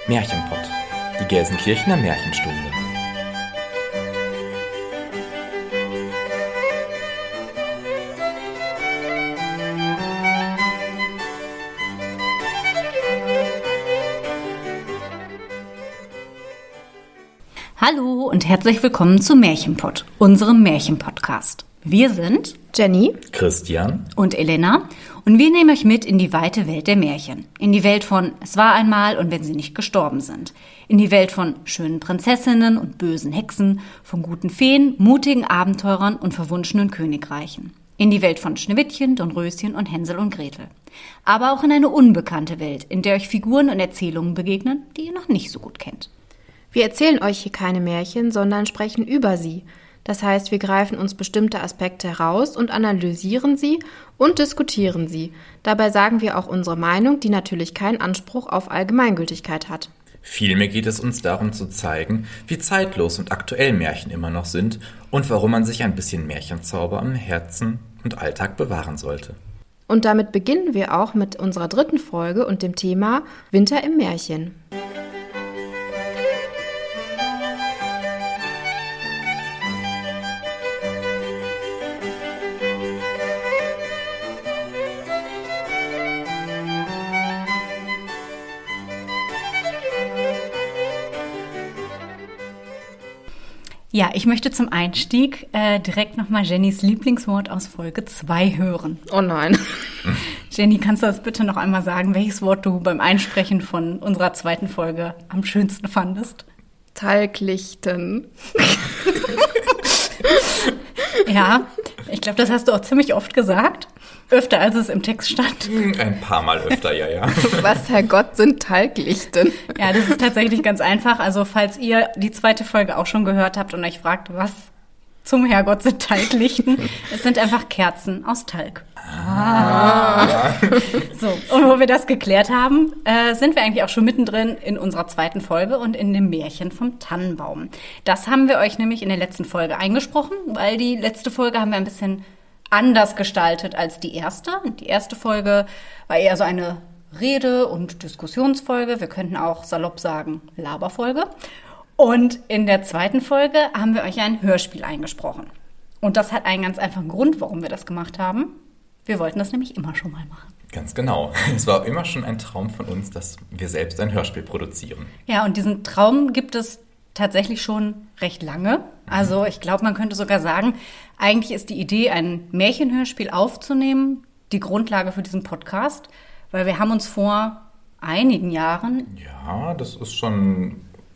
Märchenpott, die Gelsenkirchener Märchenstunde. Hallo und herzlich willkommen zu Märchenpott, unserem Märchenpodcast. Wir sind Jenny, Christian und Elena und wir nehmen euch mit in die weite Welt der Märchen. In die Welt von Es war einmal und wenn sie nicht gestorben sind. In die Welt von schönen Prinzessinnen und bösen Hexen, von guten Feen, mutigen Abenteurern und verwunschenen Königreichen. In die Welt von Schneewittchen, Dornröschen und Hänsel und Gretel. Aber auch in eine unbekannte Welt, in der euch Figuren und Erzählungen begegnen, die ihr noch nicht so gut kennt. wir erzählen euch hier keine Märchen, sondern sprechen über sie. Das heißt, wir greifen uns bestimmte Aspekte heraus und analysieren sie und diskutieren sie. Dabei sagen wir auch unsere Meinung, die natürlich keinen Anspruch auf Allgemeingültigkeit hat. Vielmehr geht es uns darum zu zeigen, wie zeitlos und aktuell Märchen immer noch sind und warum man sich ein bisschen Märchenzauber am Herzen und Alltag bewahren sollte. Und damit beginnen wir auch mit unserer 3. Folge und dem Thema Winter im Märchen. Ja, ich möchte zum Einstieg direkt nochmal Jennys Lieblingswort aus Folge 2 hören. Oh nein. Jenny, kannst du das bitte noch einmal sagen, welches Wort du beim Einsprechen von unserer 2. Folge am schönsten fandest? Talglichten. Ja, ich glaube, das hast du auch ziemlich oft gesagt. Öfter, als es im Text stand. Ein paar Mal öfter, ja. Was, Herrgott, sind Talglichten? Ja, das ist tatsächlich ganz einfach. Also, falls ihr die 2. Folge auch schon gehört habt und euch fragt, was zum Herrgott sind Talglichten, es sind einfach Kerzen aus Talg. So, und wo wir das geklärt haben, sind wir eigentlich auch schon mittendrin in unserer 2. Folge und in dem Märchen vom Tannenbaum. Das haben wir euch nämlich in der letzten Folge eingesprochen, weil die letzte Folge haben wir ein bisschen anders gestaltet als die erste. Die erste Folge war eher so eine Rede- und Diskussionsfolge. Wir könnten auch salopp sagen Laberfolge. Und in der 2. Folge haben wir euch ein Hörspiel eingesprochen. Und das hat einen ganz einfachen Grund, warum wir das gemacht haben. Wir wollten das nämlich immer schon mal machen. Ganz genau. Es war immer schon ein Traum von uns, dass wir selbst ein Hörspiel produzieren. Ja, und diesen Traum gibt es tatsächlich schon recht lange. Also ich glaube, man könnte sogar sagen, eigentlich ist die Idee, ein Märchenhörspiel aufzunehmen, die Grundlage für diesen Podcast. Weil wir haben uns vor einigen Jahren... Ja, das ist schon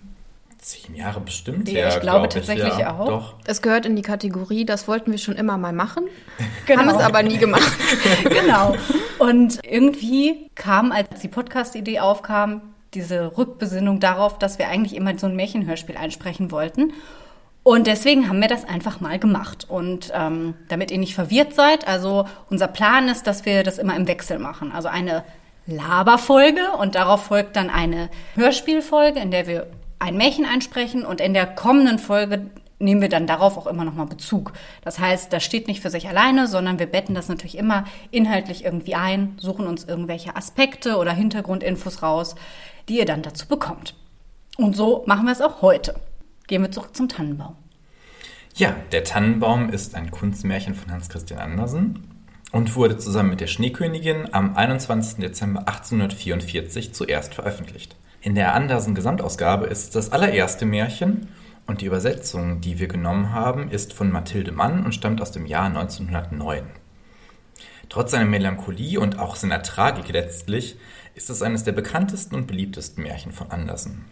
10 Jahre bestimmt Ja, ich glaube tatsächlich ja, auch. Doch. Es gehört in die Kategorie, das wollten wir schon immer mal machen, Genau. haben es aber nie gemacht. Genau. Und irgendwie kam, als die Podcast-Idee aufkam, diese Rückbesinnung darauf, dass wir eigentlich immer so ein Märchenhörspiel einsprechen wollten. Und deswegen haben wir das einfach mal gemacht. Und damit ihr nicht verwirrt seid, also unser Plan ist, dass wir das immer im Wechsel machen. Also eine Laberfolge und darauf folgt dann eine Hörspielfolge, in der wir ein Märchen einsprechen. Und in der kommenden Folge nehmen wir dann darauf auch immer nochmal Bezug. Das heißt, das steht nicht für sich alleine, sondern wir betten das natürlich immer inhaltlich irgendwie ein, suchen uns irgendwelche Aspekte oder Hintergrundinfos raus, die ihr dann dazu bekommt. Und so machen wir es auch heute. Gehen wir zurück zum Tannenbaum. Ja, der Tannenbaum ist ein Kunstmärchen von Hans Christian Andersen und wurde zusammen mit der Schneekönigin am 21. Dezember 1844 zuerst veröffentlicht. In der Andersen-Gesamtausgabe ist es das allererste Märchen und die Übersetzung, die wir genommen haben, ist von Mathilde Mann und stammt aus dem Jahr 1909. Trotz seiner Melancholie und auch seiner Tragik letztlich ist es eines der bekanntesten und beliebtesten Märchen von Andersen.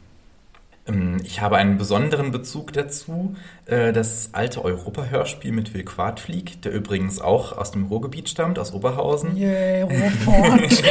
Ich habe einen besonderen Bezug dazu, das alte Europa-Hörspiel mit Will Quadflieg, der übrigens auch aus dem Ruhrgebiet stammt, aus Oberhausen. Yeah, Ruhrpott.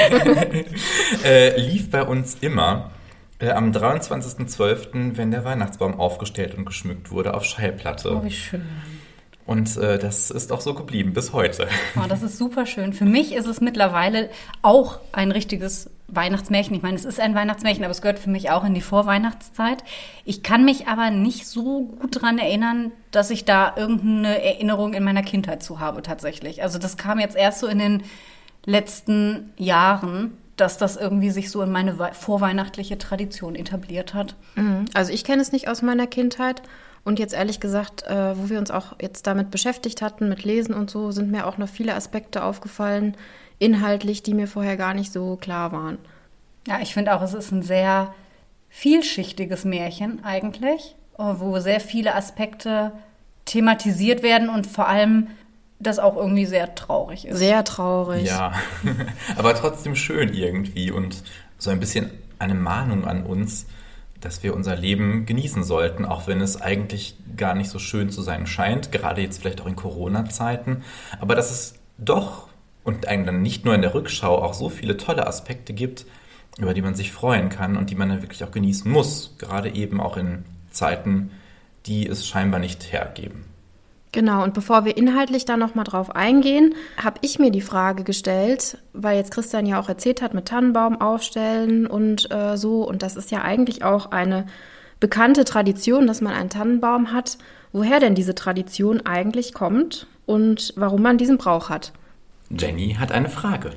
Lief bei uns immer am 23.12., wenn der Weihnachtsbaum aufgestellt und geschmückt wurde auf Schallplatte. Oh, wie schön. Und das ist auch so geblieben bis heute. Oh, das ist super schön. Für mich ist es mittlerweile auch ein richtiges Weihnachtsmärchen. Ich meine, es ist ein Weihnachtsmärchen, aber es gehört für mich auch in die Vorweihnachtszeit. Ich kann mich aber nicht so gut daran erinnern, dass ich da irgendeine Erinnerung in meiner Kindheit zu habe tatsächlich. Also das kam jetzt erst so in den letzten Jahren, dass das irgendwie sich so in meine vorweihnachtliche Tradition etabliert hat. Also ich kenne es nicht aus meiner Kindheit. Und jetzt ehrlich gesagt, wo wir uns auch jetzt damit beschäftigt hatten, mit Lesen und so, sind mir auch noch viele Aspekte aufgefallen, inhaltlich, die mir vorher gar nicht so klar waren. Ja, ich finde auch, es ist ein sehr vielschichtiges Märchen eigentlich, wo sehr viele Aspekte thematisiert werden und vor allem das auch irgendwie sehr traurig ist. Sehr traurig. Ja, aber trotzdem schön irgendwie und so ein bisschen eine Mahnung an uns, dass wir unser Leben genießen sollten, auch wenn es eigentlich gar nicht so schön zu sein scheint, gerade jetzt vielleicht auch in Corona-Zeiten, aber dass es doch und eigentlich dann nicht nur in der Rückschau auch so viele tolle Aspekte gibt, über die man sich freuen kann und die man dann wirklich auch genießen muss, gerade eben auch in Zeiten, die es scheinbar nicht hergeben. Genau, und bevor wir inhaltlich da nochmal drauf eingehen, habe ich mir die Frage gestellt, weil jetzt Christian ja auch erzählt hat, mit Tannenbaum aufstellen und so, und das ist ja eigentlich auch eine bekannte Tradition, dass man einen Tannenbaum hat, woher denn diese Tradition eigentlich kommt und warum man diesen Brauch hat. Jenny hat eine Frage.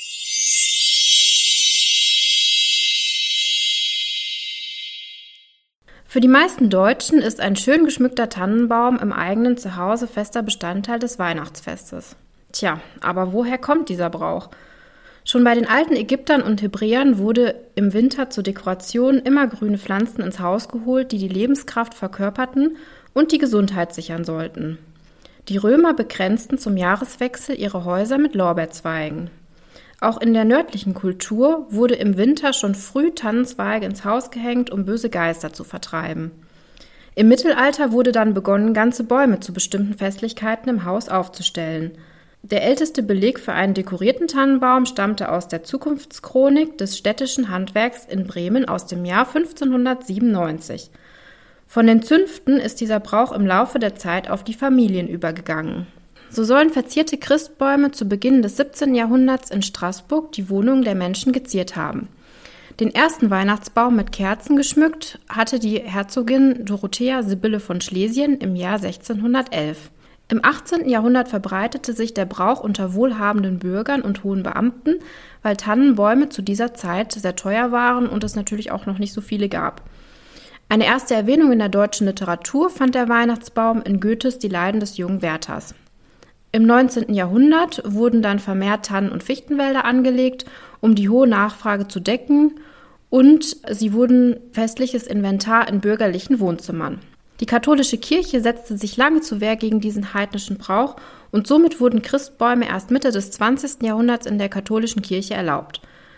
Für die meisten Deutschen ist ein schön geschmückter Tannenbaum im eigenen Zuhause fester Bestandteil des Weihnachtsfestes. Tja, aber woher kommt dieser Brauch? Schon bei den alten Ägyptern und Hebräern wurde im Winter zur Dekoration immer grüne Pflanzen ins Haus geholt, die die Lebenskraft verkörperten und die Gesundheit sichern sollten. Die Römer bekränzten zum Jahreswechsel ihre Häuser mit Lorbeerzweigen. Auch in der nördlichen Kultur wurde im Winter schon früh Tannenzweige ins Haus gehängt, um böse Geister zu vertreiben. Im Mittelalter wurde dann begonnen, ganze Bäume zu bestimmten Festlichkeiten im Haus aufzustellen. Der älteste Beleg für einen dekorierten Tannenbaum stammte aus der Zukunftschronik des städtischen Handwerks in Bremen aus dem Jahr 1597. Von den Zünften ist dieser Brauch im Laufe der Zeit auf die Familien übergegangen. So sollen verzierte Christbäume zu Beginn des 17. Jahrhunderts in Straßburg die Wohnungen der Menschen geziert haben. Den ersten Weihnachtsbaum mit Kerzen geschmückt hatte die Herzogin Dorothea Sibylle von Schlesien im Jahr 1611. Im 18. Jahrhundert verbreitete sich der Brauch unter wohlhabenden Bürgern und hohen Beamten, weil Tannenbäume zu dieser Zeit sehr teuer waren und es natürlich auch noch nicht so viele gab. Eine erste Erwähnung in der deutschen Literatur fand der Weihnachtsbaum in Goethes Die Leiden des jungen Werthers. Im 19. Jahrhundert wurden dann vermehrt Tannen- und Fichtenwälder angelegt, um die hohe Nachfrage zu decken, und sie wurden festliches Inventar in bürgerlichen Wohnzimmern. Die katholische Kirche setzte sich lange zur Wehr gegen diesen heidnischen Brauch und somit wurden Christbäume erst Mitte des 20. Jahrhunderts in der katholischen Kirche erlaubt.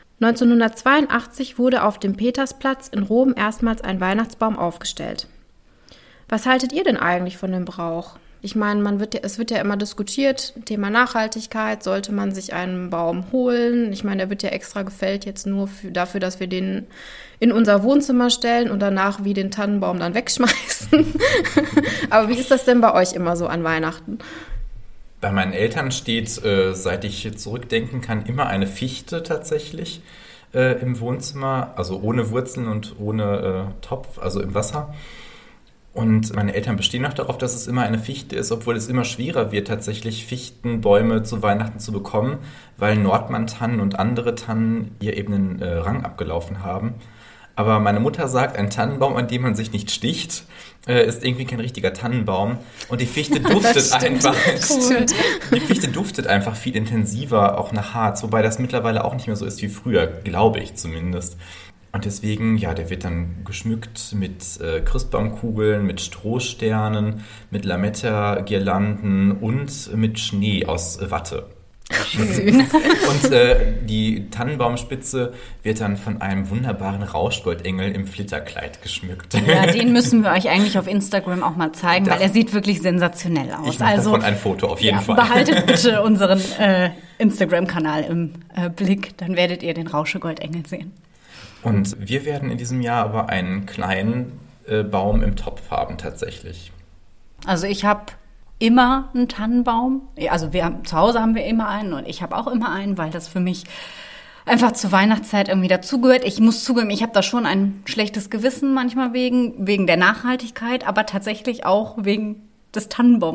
1982 wurde auf dem Petersplatz in Rom erstmals ein Weihnachtsbaum aufgestellt. Was haltet ihr denn eigentlich von dem Brauch? Ich meine, es wird ja immer diskutiert, Thema Nachhaltigkeit, sollte man sich einen Baum holen? Ich meine, der wird ja extra gefällt jetzt nur dafür, dass wir den in unser Wohnzimmer stellen und danach wie den Tannenbaum dann wegschmeißen. Aber wie ist das denn bei euch immer so an Weihnachten? Bei meinen Eltern steht, seit ich zurückdenken kann, immer eine Fichte tatsächlich im Wohnzimmer, also ohne Wurzeln und ohne Topf, also im Wasser. Und meine Eltern bestehen noch darauf, dass es immer eine Fichte ist, obwohl es immer schwerer wird, tatsächlich Fichtenbäume zu Weihnachten zu bekommen, weil Nordmann-Tannen und andere Tannen ihr eben einen Rang abgelaufen haben. Aber meine Mutter sagt, ein Tannenbaum, an dem man sich nicht sticht, ist irgendwie kein richtiger Tannenbaum. Und die Fichte duftet einfach. Cool. Die Fichte duftet einfach viel intensiver, auch nach Harz, wobei das mittlerweile auch nicht mehr so ist wie früher, glaube ich zumindest. Und deswegen, ja, der wird dann geschmückt mit Christbaumkugeln, mit Strohsternen, mit Lametta-Girlanden und mit Schnee aus Watte. Süß. Und die Tannenbaumspitze wird dann von einem wunderbaren Rauschgoldengel im Flitterkleid geschmückt. Ja, den müssen wir euch eigentlich auf Instagram auch mal zeigen, weil er sieht wirklich sensationell aus. Ich mache davon ein Foto auf jeden Fall. Behaltet bitte unseren Instagram-Kanal im Blick, dann werdet ihr den Rauschgoldengel sehen. Und wir werden in diesem Jahr aber einen kleinen Baum im Topf haben tatsächlich. Also ich habe immer einen Tannenbaum. Also zu Hause haben wir immer einen und ich habe auch immer einen, weil das für mich einfach zur Weihnachtszeit irgendwie dazugehört. Ich muss zugeben, ich habe da schon ein schlechtes Gewissen manchmal wegen der Nachhaltigkeit, aber tatsächlich auch wegen des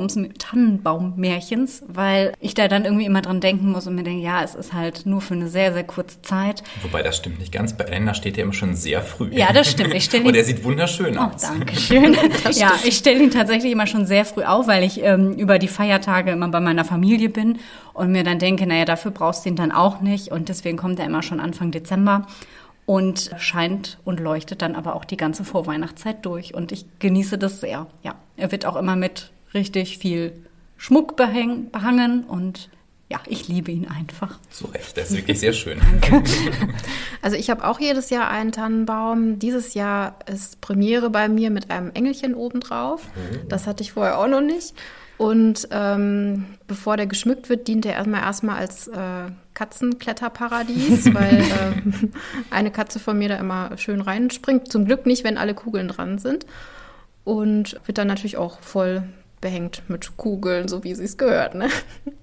Tannenbaummärchens, weil ich da dann irgendwie immer dran denken muss und mir denke, ja, es ist halt nur für eine sehr, sehr kurze Zeit. Wobei, das stimmt nicht ganz. Bei Elena steht er immer schon sehr früh. Ja, das stimmt. Und er sieht wunderschön aus. Danke schön. Ja, ich stelle ihn tatsächlich immer schon sehr früh auf, weil ich über die Feiertage immer bei meiner Familie bin und mir dann denke, naja, dafür brauchst du ihn dann auch nicht. Und deswegen kommt er immer schon Anfang Dezember. Und scheint und leuchtet dann aber auch die ganze Vorweihnachtszeit durch. Und ich genieße das sehr. Ja, er wird auch immer mit richtig viel Schmuck behangen. Und ja, ich liebe ihn einfach. Zu Recht, der ist wirklich sehr schön. Danke. Also ich habe auch jedes Jahr einen Tannenbaum. Dieses Jahr ist Premiere bei mir mit einem Engelchen obendrauf. Das hatte ich vorher auch noch nicht. Und bevor der geschmückt wird, dient er erstmal als Katzenkletterparadies, weil eine Katze von mir da immer schön reinspringt. Zum Glück nicht, wenn alle Kugeln dran sind. Und wird dann natürlich auch voll behängt mit Kugeln, so wie sie es gehört, ne?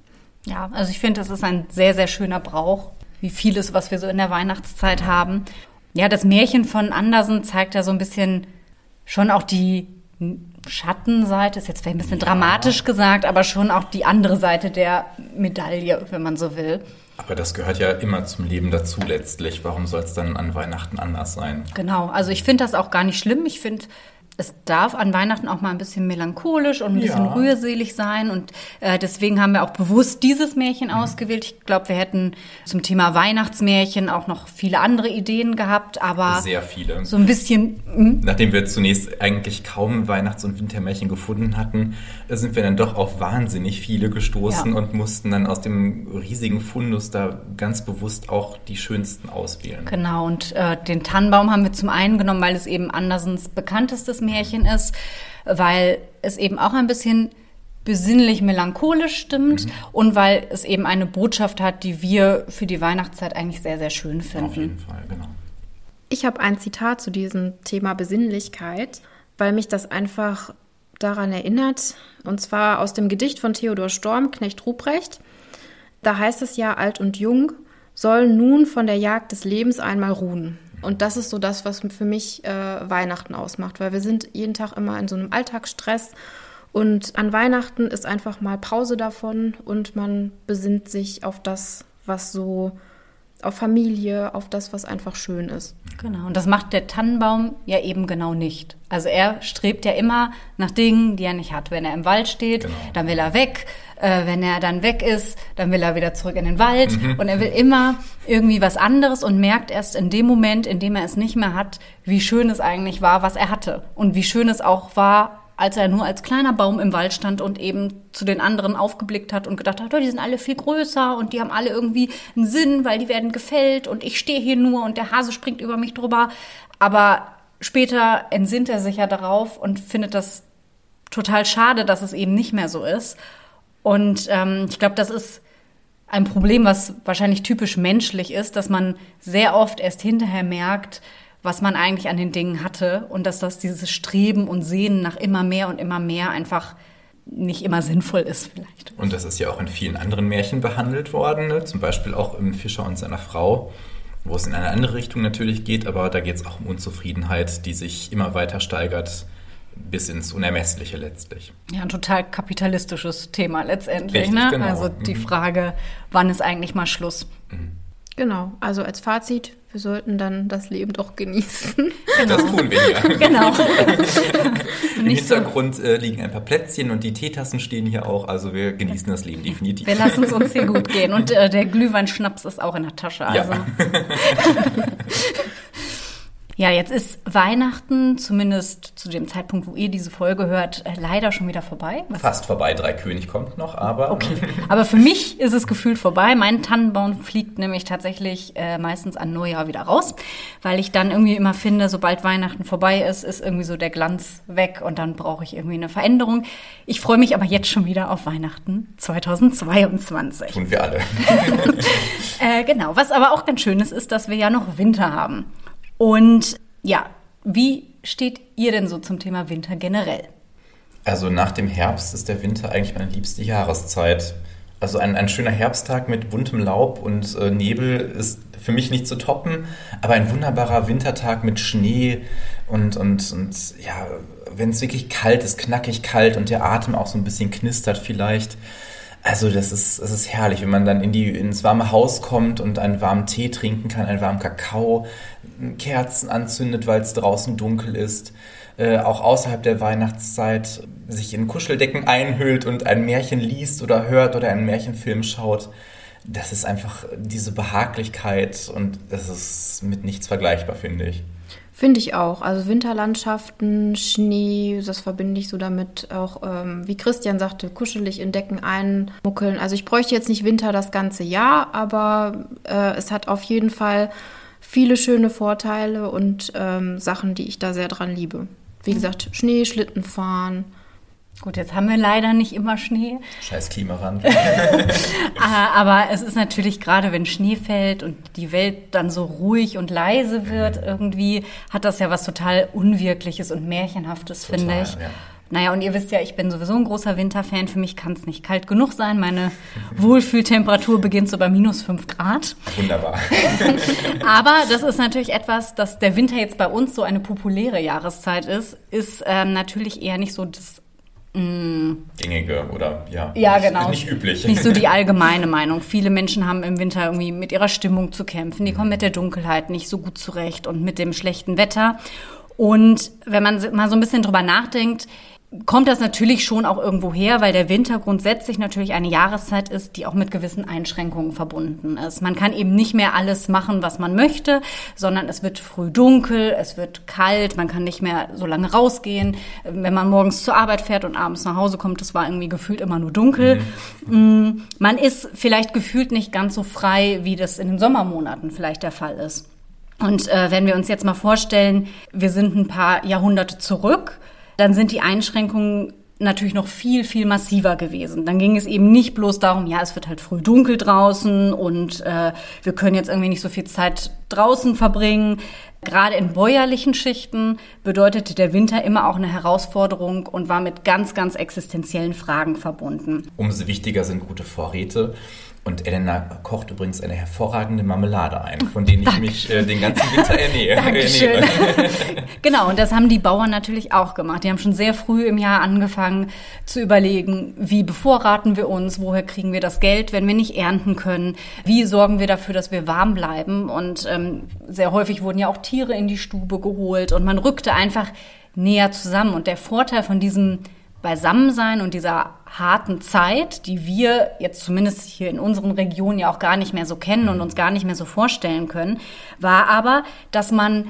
Ja, also ich finde, das ist ein sehr, sehr schöner Brauch, wie vieles, was wir so in der Weihnachtszeit haben. Ja, das Märchen von Andersen zeigt ja so ein bisschen schon auch die Schattenseite, ist jetzt vielleicht ein bisschen dramatisch gesagt, aber schon auch die andere Seite der Medaille, wenn man so will. Aber das gehört ja immer zum Leben dazu letztlich. Warum soll es dann an Weihnachten anders sein? Genau, also ich finde das auch gar nicht schlimm. Ich finde, es darf an Weihnachten auch mal ein bisschen melancholisch und ein bisschen rührselig sein. Und deswegen haben wir auch bewusst dieses Märchen ausgewählt. Ich glaube, wir hätten zum Thema Weihnachtsmärchen auch noch viele andere Ideen gehabt, aber sehr viele. So ein bisschen. Nachdem wir zunächst eigentlich kaum Weihnachts- und Wintermärchen gefunden hatten, sind wir dann doch auf wahnsinnig viele gestoßen und mussten dann aus dem riesigen Fundus da ganz bewusst auch die schönsten auswählen. Genau, und den Tannenbaum haben wir zum einen genommen, weil es eben Andersens bekanntestes Märchen ist, weil es eben auch ein bisschen besinnlich melancholisch stimmt und weil es eben eine Botschaft hat, die wir für die Weihnachtszeit eigentlich sehr, sehr schön finden. Auf jeden Fall, genau. Ich habe ein Zitat zu diesem Thema Besinnlichkeit, weil mich das einfach daran erinnert, und zwar aus dem Gedicht von Theodor Storm, Knecht Ruprecht. Da heißt es ja, alt und jung sollen nun von der Jagd des Lebens einmal ruhen. Und das ist so das, was für mich Weihnachten ausmacht, weil wir sind jeden Tag immer in so einem Alltagsstress und an Weihnachten ist einfach mal Pause davon und man besinnt sich auf das, was so, auf Familie, auf das, was einfach schön ist. Genau, und das macht der Tannenbaum ja eben genau nicht. Also er strebt ja immer nach Dingen, die er nicht hat. Wenn er im Wald steht, dann will er weg. Wenn er dann weg ist, dann will er wieder zurück in den Wald. Und er will immer irgendwie was anderes und merkt erst in dem Moment, in dem er es nicht mehr hat, wie schön es eigentlich war, was er hatte. Und wie schön es auch war, als er nur als kleiner Baum im Wald stand und eben zu den anderen aufgeblickt hat und gedacht hat, oh, die sind alle viel größer und die haben alle irgendwie einen Sinn, weil die werden gefällt und ich stehe hier nur und der Hase springt über mich drüber. Aber später entsinnt er sich ja darauf und findet das total schade, dass es eben nicht mehr so ist. Und ich glaube, das ist ein Problem, was wahrscheinlich typisch menschlich ist, dass man sehr oft erst hinterher merkt, was man eigentlich an den Dingen hatte und dass das dieses Streben und Sehnen nach immer mehr und immer mehr einfach nicht immer sinnvoll ist vielleicht. Und das ist ja auch in vielen anderen Märchen behandelt worden, ne? Zum Beispiel auch im Fischer und seiner Frau, wo es in eine andere Richtung natürlich geht, aber da geht es auch um Unzufriedenheit, die sich immer weiter steigert, bis ins Unermessliche letztlich. Ja, ein total kapitalistisches Thema letztendlich. Richtig, ne? Genau. Also die Frage, wann ist eigentlich mal Schluss? Genau, also als Fazit, wir sollten dann das Leben doch genießen. Das tun wir ja. Genau. Im Hintergrund liegen ein paar Plätzchen und die Teetassen stehen hier auch, also wir genießen das Leben definitiv. Wir lassen es uns hier gut gehen und der Glühwein-Schnaps ist auch in der Tasche. Also. Ja. Ja, jetzt ist Weihnachten, zumindest zu dem Zeitpunkt, wo ihr diese Folge hört, leider schon wieder vorbei. Fast vorbei, Dreikönig kommt noch, aber... Okay, aber für mich ist es gefühlt vorbei. Mein Tannenbaum fliegt nämlich tatsächlich meistens an Neujahr wieder raus, weil ich dann irgendwie immer finde, sobald Weihnachten vorbei ist, ist irgendwie so der Glanz weg und dann brauche ich irgendwie eine Veränderung. Ich freue mich aber jetzt schon wieder auf Weihnachten 2022. Tun wir alle. Genau, was aber auch ganz schön ist, dass wir ja noch Winter haben. Und ja, wie steht ihr denn so zum Thema Winter generell? Also nach dem Herbst ist der Winter eigentlich meine liebste Jahreszeit. Also ein schöner Herbsttag mit buntem Laub und Nebel ist für mich nicht zu toppen, aber ein wunderbarer Wintertag mit Schnee und ja, wenn es wirklich kalt ist, knackig kalt und der Atem auch so ein bisschen knistert vielleicht. Also es ist herrlich, wenn man dann ins warme Haus kommt und einen warmen Tee trinken kann, einen warmen Kakao, Kerzen anzündet, weil es draußen dunkel ist. Auch außerhalb der Weihnachtszeit sich in Kuscheldecken einhüllt und ein Märchen liest oder hört oder einen Märchenfilm schaut. Das ist einfach diese Behaglichkeit und das ist mit nichts vergleichbar, finde ich. Finde ich auch. Also Winterlandschaften, Schnee, das verbinde ich so damit auch, wie Christian sagte, kuschelig in Decken einmuckeln. Also ich bräuchte jetzt nicht Winter das ganze Jahr, aber es hat auf jeden Fall viele schöne Vorteile und Sachen, die ich da sehr dran liebe. Wie gesagt, Schnee, Schlitten fahren. Gut, jetzt haben wir leider nicht immer Schnee. Scheiß Klimawandel. Aber es ist natürlich, gerade wenn Schnee fällt und die Welt dann so ruhig und leise wird, irgendwie hat das ja was total Unwirkliches und Märchenhaftes, total, finde ich. Ja. Naja, und ihr wisst ja, ich bin sowieso ein großer Winterfan. Für mich kann es nicht kalt genug sein. Meine Wohlfühltemperatur beginnt so bei -5 Grad. Wunderbar. Aber das ist natürlich etwas, dass der Winter jetzt bei uns so eine populäre Jahreszeit ist natürlich eher nicht so das gängige oder ja, genau. Nicht üblich. Nicht so die allgemeine Meinung. Viele Menschen haben im Winter irgendwie mit ihrer Stimmung zu kämpfen. Die kommen mit der Dunkelheit nicht so gut zurecht und mit dem schlechten Wetter. Und wenn man mal so ein bisschen drüber nachdenkt, kommt das natürlich schon auch irgendwo her, weil der Winter grundsätzlich natürlich eine Jahreszeit ist, die auch mit gewissen Einschränkungen verbunden ist. Man kann eben nicht mehr alles machen, was man möchte, sondern es wird früh dunkel, es wird kalt, man kann nicht mehr so lange rausgehen. Wenn man morgens zur Arbeit fährt und abends nach Hause kommt, das war irgendwie gefühlt immer nur dunkel. Man ist vielleicht gefühlt nicht ganz so frei, wie das in den Sommermonaten vielleicht der Fall ist. Und wenn wir uns jetzt mal vorstellen, wir sind ein paar Jahrhunderte zurück, dann sind die Einschränkungen natürlich noch viel, viel massiver gewesen. Dann ging es eben nicht bloß darum, ja, es wird halt früh dunkel draußen und wir können jetzt irgendwie nicht so viel Zeit draußen verbringen. Gerade in bäuerlichen Schichten bedeutete der Winter immer auch eine Herausforderung und war mit ganz, ganz existenziellen Fragen verbunden. Umso wichtiger sind gute Vorräte. Und Elena kocht übrigens eine hervorragende Marmelade ein, von denen ich mich den ganzen Winter ernähre. Genau, und das haben die Bauern natürlich auch gemacht. Die haben schon sehr früh im Jahr angefangen zu überlegen, wie bevorraten wir uns, woher kriegen wir das Geld, wenn wir nicht ernten können, wie sorgen wir dafür, dass wir warm bleiben. Und sehr häufig wurden ja auch Tiere in die Stube geholt und man rückte einfach näher zusammen. Und der Vorteil von diesem Beisammensein und dieser harten Zeit, die wir jetzt zumindest hier in unseren Regionen ja auch gar nicht mehr so kennen und uns gar nicht mehr so vorstellen können, war aber, dass man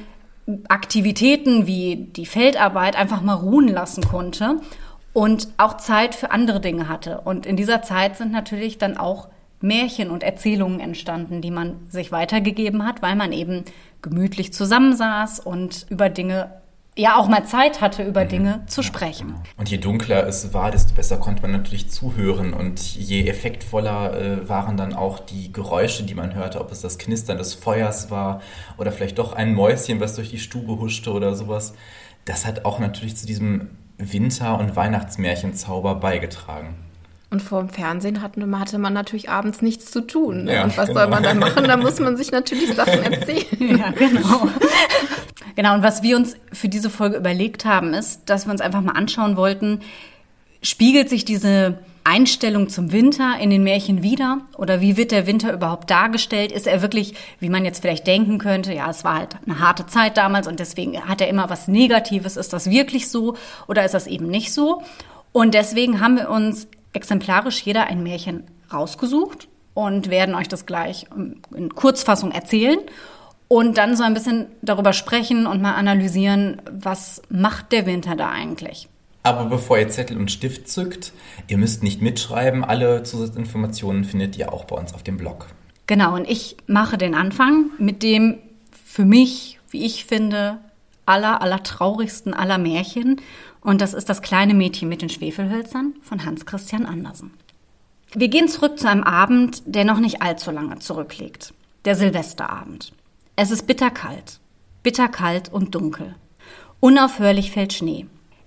Aktivitäten wie die Feldarbeit einfach mal ruhen lassen konnte und auch Zeit für andere Dinge hatte. Und in dieser Zeit sind natürlich dann auch Märchen und Erzählungen entstanden, die man sich weitergegeben hat, weil man eben gemütlich zusammensaß und über Dinge auch mal Zeit hatte, über Dinge zu sprechen. Und je dunkler es war, desto besser konnte man natürlich zuhören und je effektvoller waren dann auch die Geräusche, die man hörte, ob es das Knistern des Feuers war oder vielleicht doch ein Mäuschen, was durch die Stube huschte oder sowas. Das hat auch natürlich zu diesem Winter- und Weihnachtsmärchenzauber beigetragen. Und vor dem Fernsehen hatte man natürlich abends nichts zu tun. Ne? Ja, und was soll man dann machen? Da muss man sich natürlich Sachen erzählen. Ja, genau. Genau, und was wir uns für diese Folge überlegt haben, ist, dass wir uns einfach mal anschauen wollten, spiegelt sich diese Einstellung zum Winter in den Märchen wider? Oder wie wird der Winter überhaupt dargestellt? Ist er wirklich, wie man jetzt vielleicht denken könnte, ja, es war halt eine harte Zeit damals und deswegen hat er immer was Negatives. Ist das wirklich so oder ist das eben nicht so? Und deswegen haben wir uns exemplarisch jeder ein Märchen rausgesucht und werden euch das gleich in Kurzfassung erzählen und dann so ein bisschen darüber sprechen und mal analysieren, was macht der Winter da eigentlich. Aber bevor ihr Zettel und Stift zückt, ihr müsst nicht mitschreiben, alle Zusatzinformationen findet ihr auch bei uns auf dem Blog. Genau, und ich mache den Anfang mit dem für mich, wie ich finde, aller traurigsten aller Märchen. Und das ist das kleine Mädchen mit den Schwefelhölzern von Hans Christian Andersen. Wir gehen zurück zu einem Abend, der noch nicht allzu lange zurückliegt. Der Silvesterabend. Es ist bitterkalt und dunkel. Unaufhörlich fällt Schnee.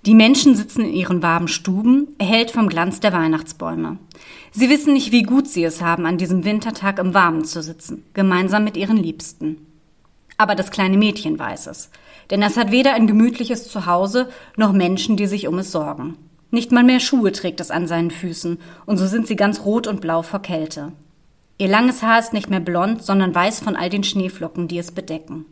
Die Menschen sitzen in ihren warmen Stuben, erhellt vom Glanz der Weihnachtsbäume. Sie wissen nicht, wie gut sie es haben, an diesem Wintertag im Warmen zu sitzen, gemeinsam mit ihren Liebsten. Aber das kleine Mädchen weiß es, denn es hat weder ein gemütliches Zuhause noch Menschen, die sich um es sorgen. Nicht mal mehr Schuhe trägt es an seinen Füßen, und so sind sie ganz rot und blau vor Kälte. Ihr langes Haar ist nicht mehr blond, sondern weiß von all den Schneeflocken, die es bedecken.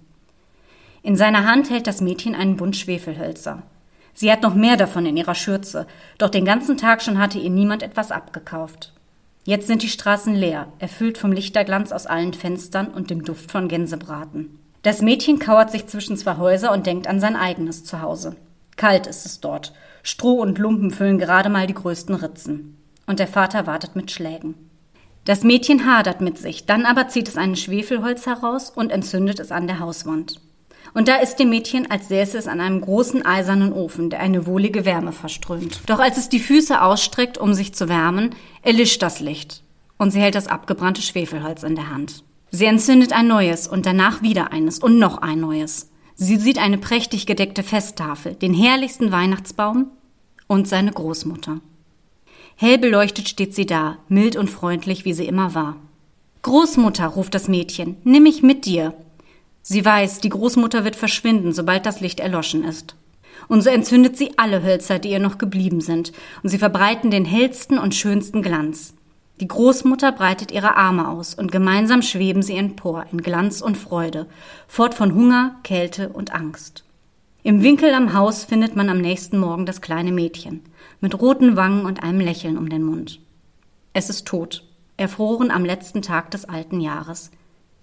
In seiner Hand hält das Mädchen einen Bund Schwefelhölzer. Sie hat noch mehr davon in ihrer Schürze, doch den ganzen Tag schon hatte ihr niemand etwas abgekauft. Jetzt sind die Straßen leer, erfüllt vom Lichterglanz aus allen Fenstern und dem Duft von Gänsebraten. Das Mädchen kauert sich zwischen zwei Häuser und denkt an sein eigenes Zuhause. Kalt ist es dort. Stroh und Lumpen füllen gerade mal die größten Ritzen. Und der Vater wartet mit Schlägen. Das Mädchen hadert mit sich, dann aber zieht es ein Schwefelholz heraus und entzündet es an der Hauswand. Und da ist dem Mädchen, als säße es an einem großen eisernen Ofen, der eine wohlige Wärme verströmt. Doch als es die Füße ausstreckt, um sich zu wärmen, erlischt das Licht und sie hält das abgebrannte Schwefelholz in der Hand. Sie entzündet ein neues und danach wieder eines und noch ein neues. Sie sieht eine prächtig gedeckte Festtafel, den herrlichsten Weihnachtsbaum und seine Großmutter. Hell beleuchtet steht sie da, mild und freundlich, wie sie immer war. »Großmutter«, ruft das Mädchen, »nimm mich mit dir.« Sie weiß, die Großmutter wird verschwinden, sobald das Licht erloschen ist. Und so entzündet sie alle Hölzer, die ihr noch geblieben sind, und sie verbreiten den hellsten und schönsten Glanz. Die Großmutter breitet ihre Arme aus, und gemeinsam schweben sie empor in Glanz und Freude, fort von Hunger, Kälte und Angst. Im Winkel am Haus findet man am nächsten Morgen das kleine Mädchen, mit roten Wangen und einem Lächeln um den Mund. Es ist tot, erfroren am letzten Tag des alten Jahres.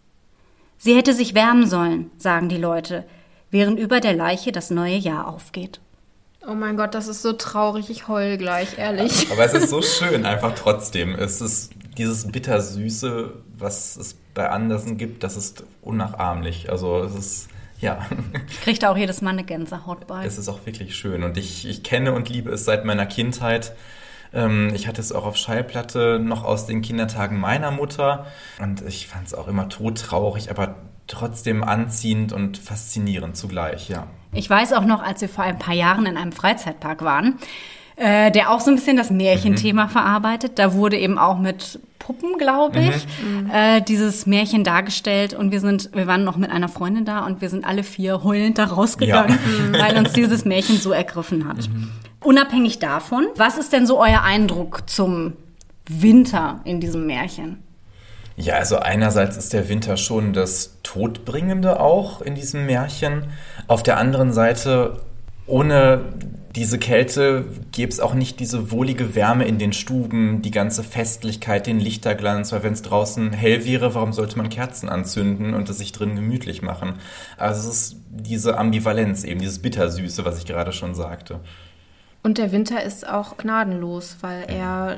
Sie hätte sich wärmen sollen, sagen die Leute, während über der Leiche das neue Jahr aufgeht. Oh mein Gott, das ist so traurig, ich heul gleich, ehrlich. Aber es ist so schön einfach trotzdem. Es ist dieses Bittersüße, was es bei Andersen gibt, das ist unnachahmlich. Also es ist, ja. Ich kriege da auch jedes Mal eine Gänsehaut bei. Es ist auch wirklich schön und ich kenne und liebe es seit meiner Kindheit. Ich hatte es auch auf Schallplatte noch aus den Kindertagen meiner Mutter und ich fand es auch immer todtraurig, aber trotzdem anziehend und faszinierend zugleich, ja. Ich weiß auch noch, als wir vor ein paar Jahren in einem Freizeitpark waren, der auch so ein bisschen das Märchenthema verarbeitet. Da wurde eben auch mit Puppen, glaube ich, dieses Märchen dargestellt. Und wir waren noch mit einer Freundin da und wir sind alle 4 heulend da rausgegangen, weil uns dieses Märchen so ergriffen hat. Unabhängig davon, was ist denn so euer Eindruck zum Winter in diesem Märchen? Ja, also einerseits ist der Winter schon das Todbringende auch in diesem Märchen. Auf der anderen Seite, ohne diese Kälte gäbe es auch nicht diese wohlige Wärme in den Stuben, die ganze Festlichkeit, den Lichterglanz, weil wenn es draußen hell wäre, warum sollte man Kerzen anzünden und es sich drin gemütlich machen? Also es ist diese Ambivalenz eben, dieses Bittersüße, was ich gerade schon sagte. Und der Winter ist auch gnadenlos, weil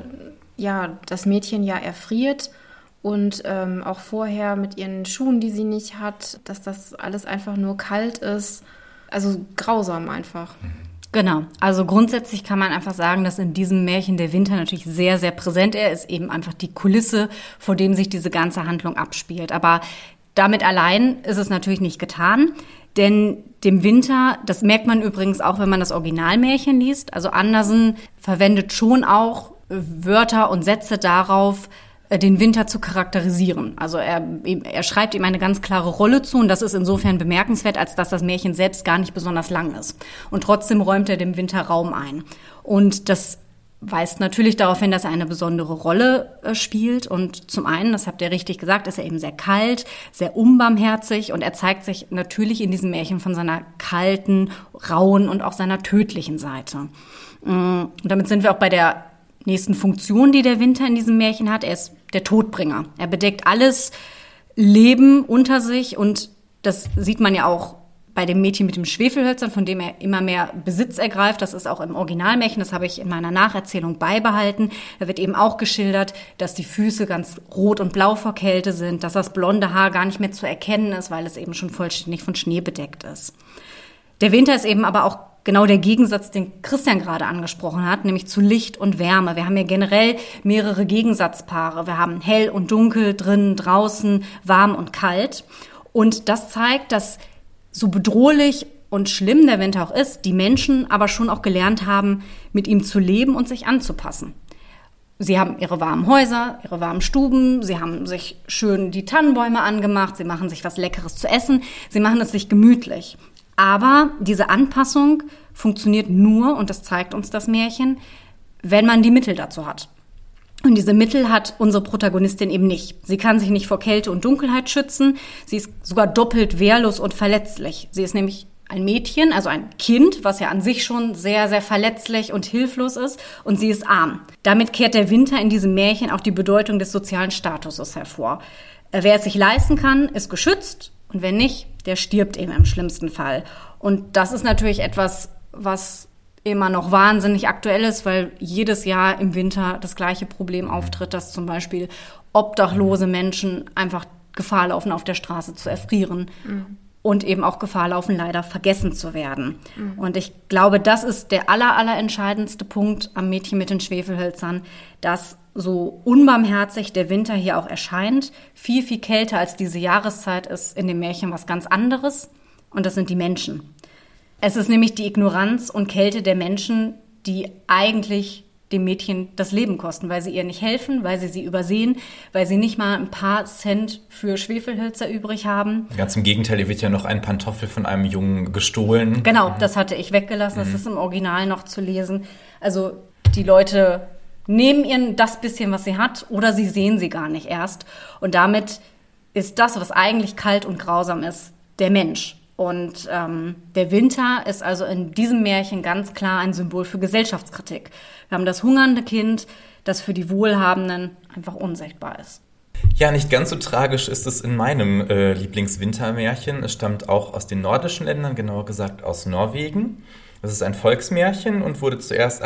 das Mädchen ja erfriert und auch vorher mit ihren Schuhen, die sie nicht hat, dass das alles einfach nur kalt ist. Also grausam einfach. Genau, also grundsätzlich kann man einfach sagen, dass in diesem Märchen der Winter natürlich sehr, sehr präsent ist. Er ist eben einfach die Kulisse, vor dem sich diese ganze Handlung abspielt. Aber damit allein ist es natürlich nicht getan, denn dem Winter, das merkt man übrigens auch, wenn man das Originalmärchen liest, also Andersen verwendet schon auch Wörter und Sätze darauf, den Winter zu charakterisieren. Also er schreibt ihm eine ganz klare Rolle zu und das ist insofern bemerkenswert, als dass das Märchen selbst gar nicht besonders lang ist. Und trotzdem räumt er dem Winter Raum ein. Und das weist natürlich darauf hin, dass er eine besondere Rolle spielt. Und zum einen, das habt ihr richtig gesagt, ist er eben sehr kalt, sehr unbarmherzig und er zeigt sich natürlich in diesem Märchen von seiner kalten, rauen und auch seiner tödlichen Seite. Und damit sind wir auch bei der nächsten Funktion, die der Winter in diesem Märchen hat. Er ist der Todbringer. Er bedeckt alles Leben unter sich und das sieht man ja auch bei dem Mädchen mit dem Schwefelhölzern, von dem er immer mehr Besitz ergreift. Das ist auch im Originalmärchen, das habe ich in meiner Nacherzählung beibehalten. Da wird eben auch geschildert, dass die Füße ganz rot und blau vor Kälte sind, dass das blonde Haar gar nicht mehr zu erkennen ist, weil es eben schon vollständig von Schnee bedeckt ist. Der Winter ist eben aber auch genau der Gegensatz, den Christian gerade angesprochen hat, nämlich zu Licht und Wärme. Wir haben ja generell mehrere Gegensatzpaare. Wir haben hell und dunkel, drinnen, draußen, warm und kalt. Und das zeigt, dass so bedrohlich und schlimm der Winter auch ist, die Menschen aber schon auch gelernt haben, mit ihm zu leben und sich anzupassen. Sie haben ihre warmen Häuser, ihre warmen Stuben, sie haben sich schön die Tannenbäume angemacht, sie machen sich was Leckeres zu essen, sie machen es sich gemütlich. Aber diese Anpassung funktioniert nur, und das zeigt uns das Märchen, wenn man die Mittel dazu hat. Und diese Mittel hat unsere Protagonistin eben nicht. Sie kann sich nicht vor Kälte und Dunkelheit schützen, sie ist sogar doppelt wehrlos und verletzlich. Sie ist nämlich ein Mädchen, also ein Kind, was ja an sich schon sehr, sehr verletzlich und hilflos ist, und sie ist arm. Damit kehrt der Winter in diesem Märchen auch die Bedeutung des sozialen Statuses hervor. Wer es sich leisten kann, ist geschützt, und wer nicht, der stirbt eben im schlimmsten Fall. Und das ist natürlich etwas, was immer noch wahnsinnig aktuell ist, weil jedes Jahr im Winter das gleiche Problem auftritt, dass zum Beispiel obdachlose Menschen einfach Gefahr laufen, auf der Straße zu erfrieren. Und eben auch Gefahr laufen, leider vergessen zu werden. Und ich glaube, das ist der allerentscheidendste Punkt am Mädchen mit den Schwefelhölzern, dass so unbarmherzig der Winter hier auch erscheint, viel, viel kälter als diese Jahreszeit ist in dem Märchen was ganz anderes. Und das sind die Menschen. Es ist nämlich die Ignoranz und Kälte der Menschen, die eigentlich dem Mädchen das Leben kosten, weil sie ihr nicht helfen, weil sie übersehen, weil sie nicht mal ein paar Cent für Schwefelhölzer übrig haben. Ganz im Gegenteil, hier wird ja noch ein Pantoffel von einem Jungen gestohlen. Genau, das hatte ich weggelassen, das ist im Original noch zu lesen. Also die Leute nehmen ihr das bisschen, was sie hat, oder sie sehen sie gar nicht erst. Und damit ist das, was eigentlich kalt und grausam ist, der Mensch. Und der Winter ist also in diesem Märchen ganz klar ein Symbol für Gesellschaftskritik. Wir haben das hungernde Kind, das für die Wohlhabenden einfach unsichtbar ist. Ja, nicht ganz so tragisch ist es in meinem Lieblingswintermärchen. Es stammt auch aus den nordischen Ländern, genauer gesagt aus Norwegen. Es ist ein Volksmärchen und wurde zuerst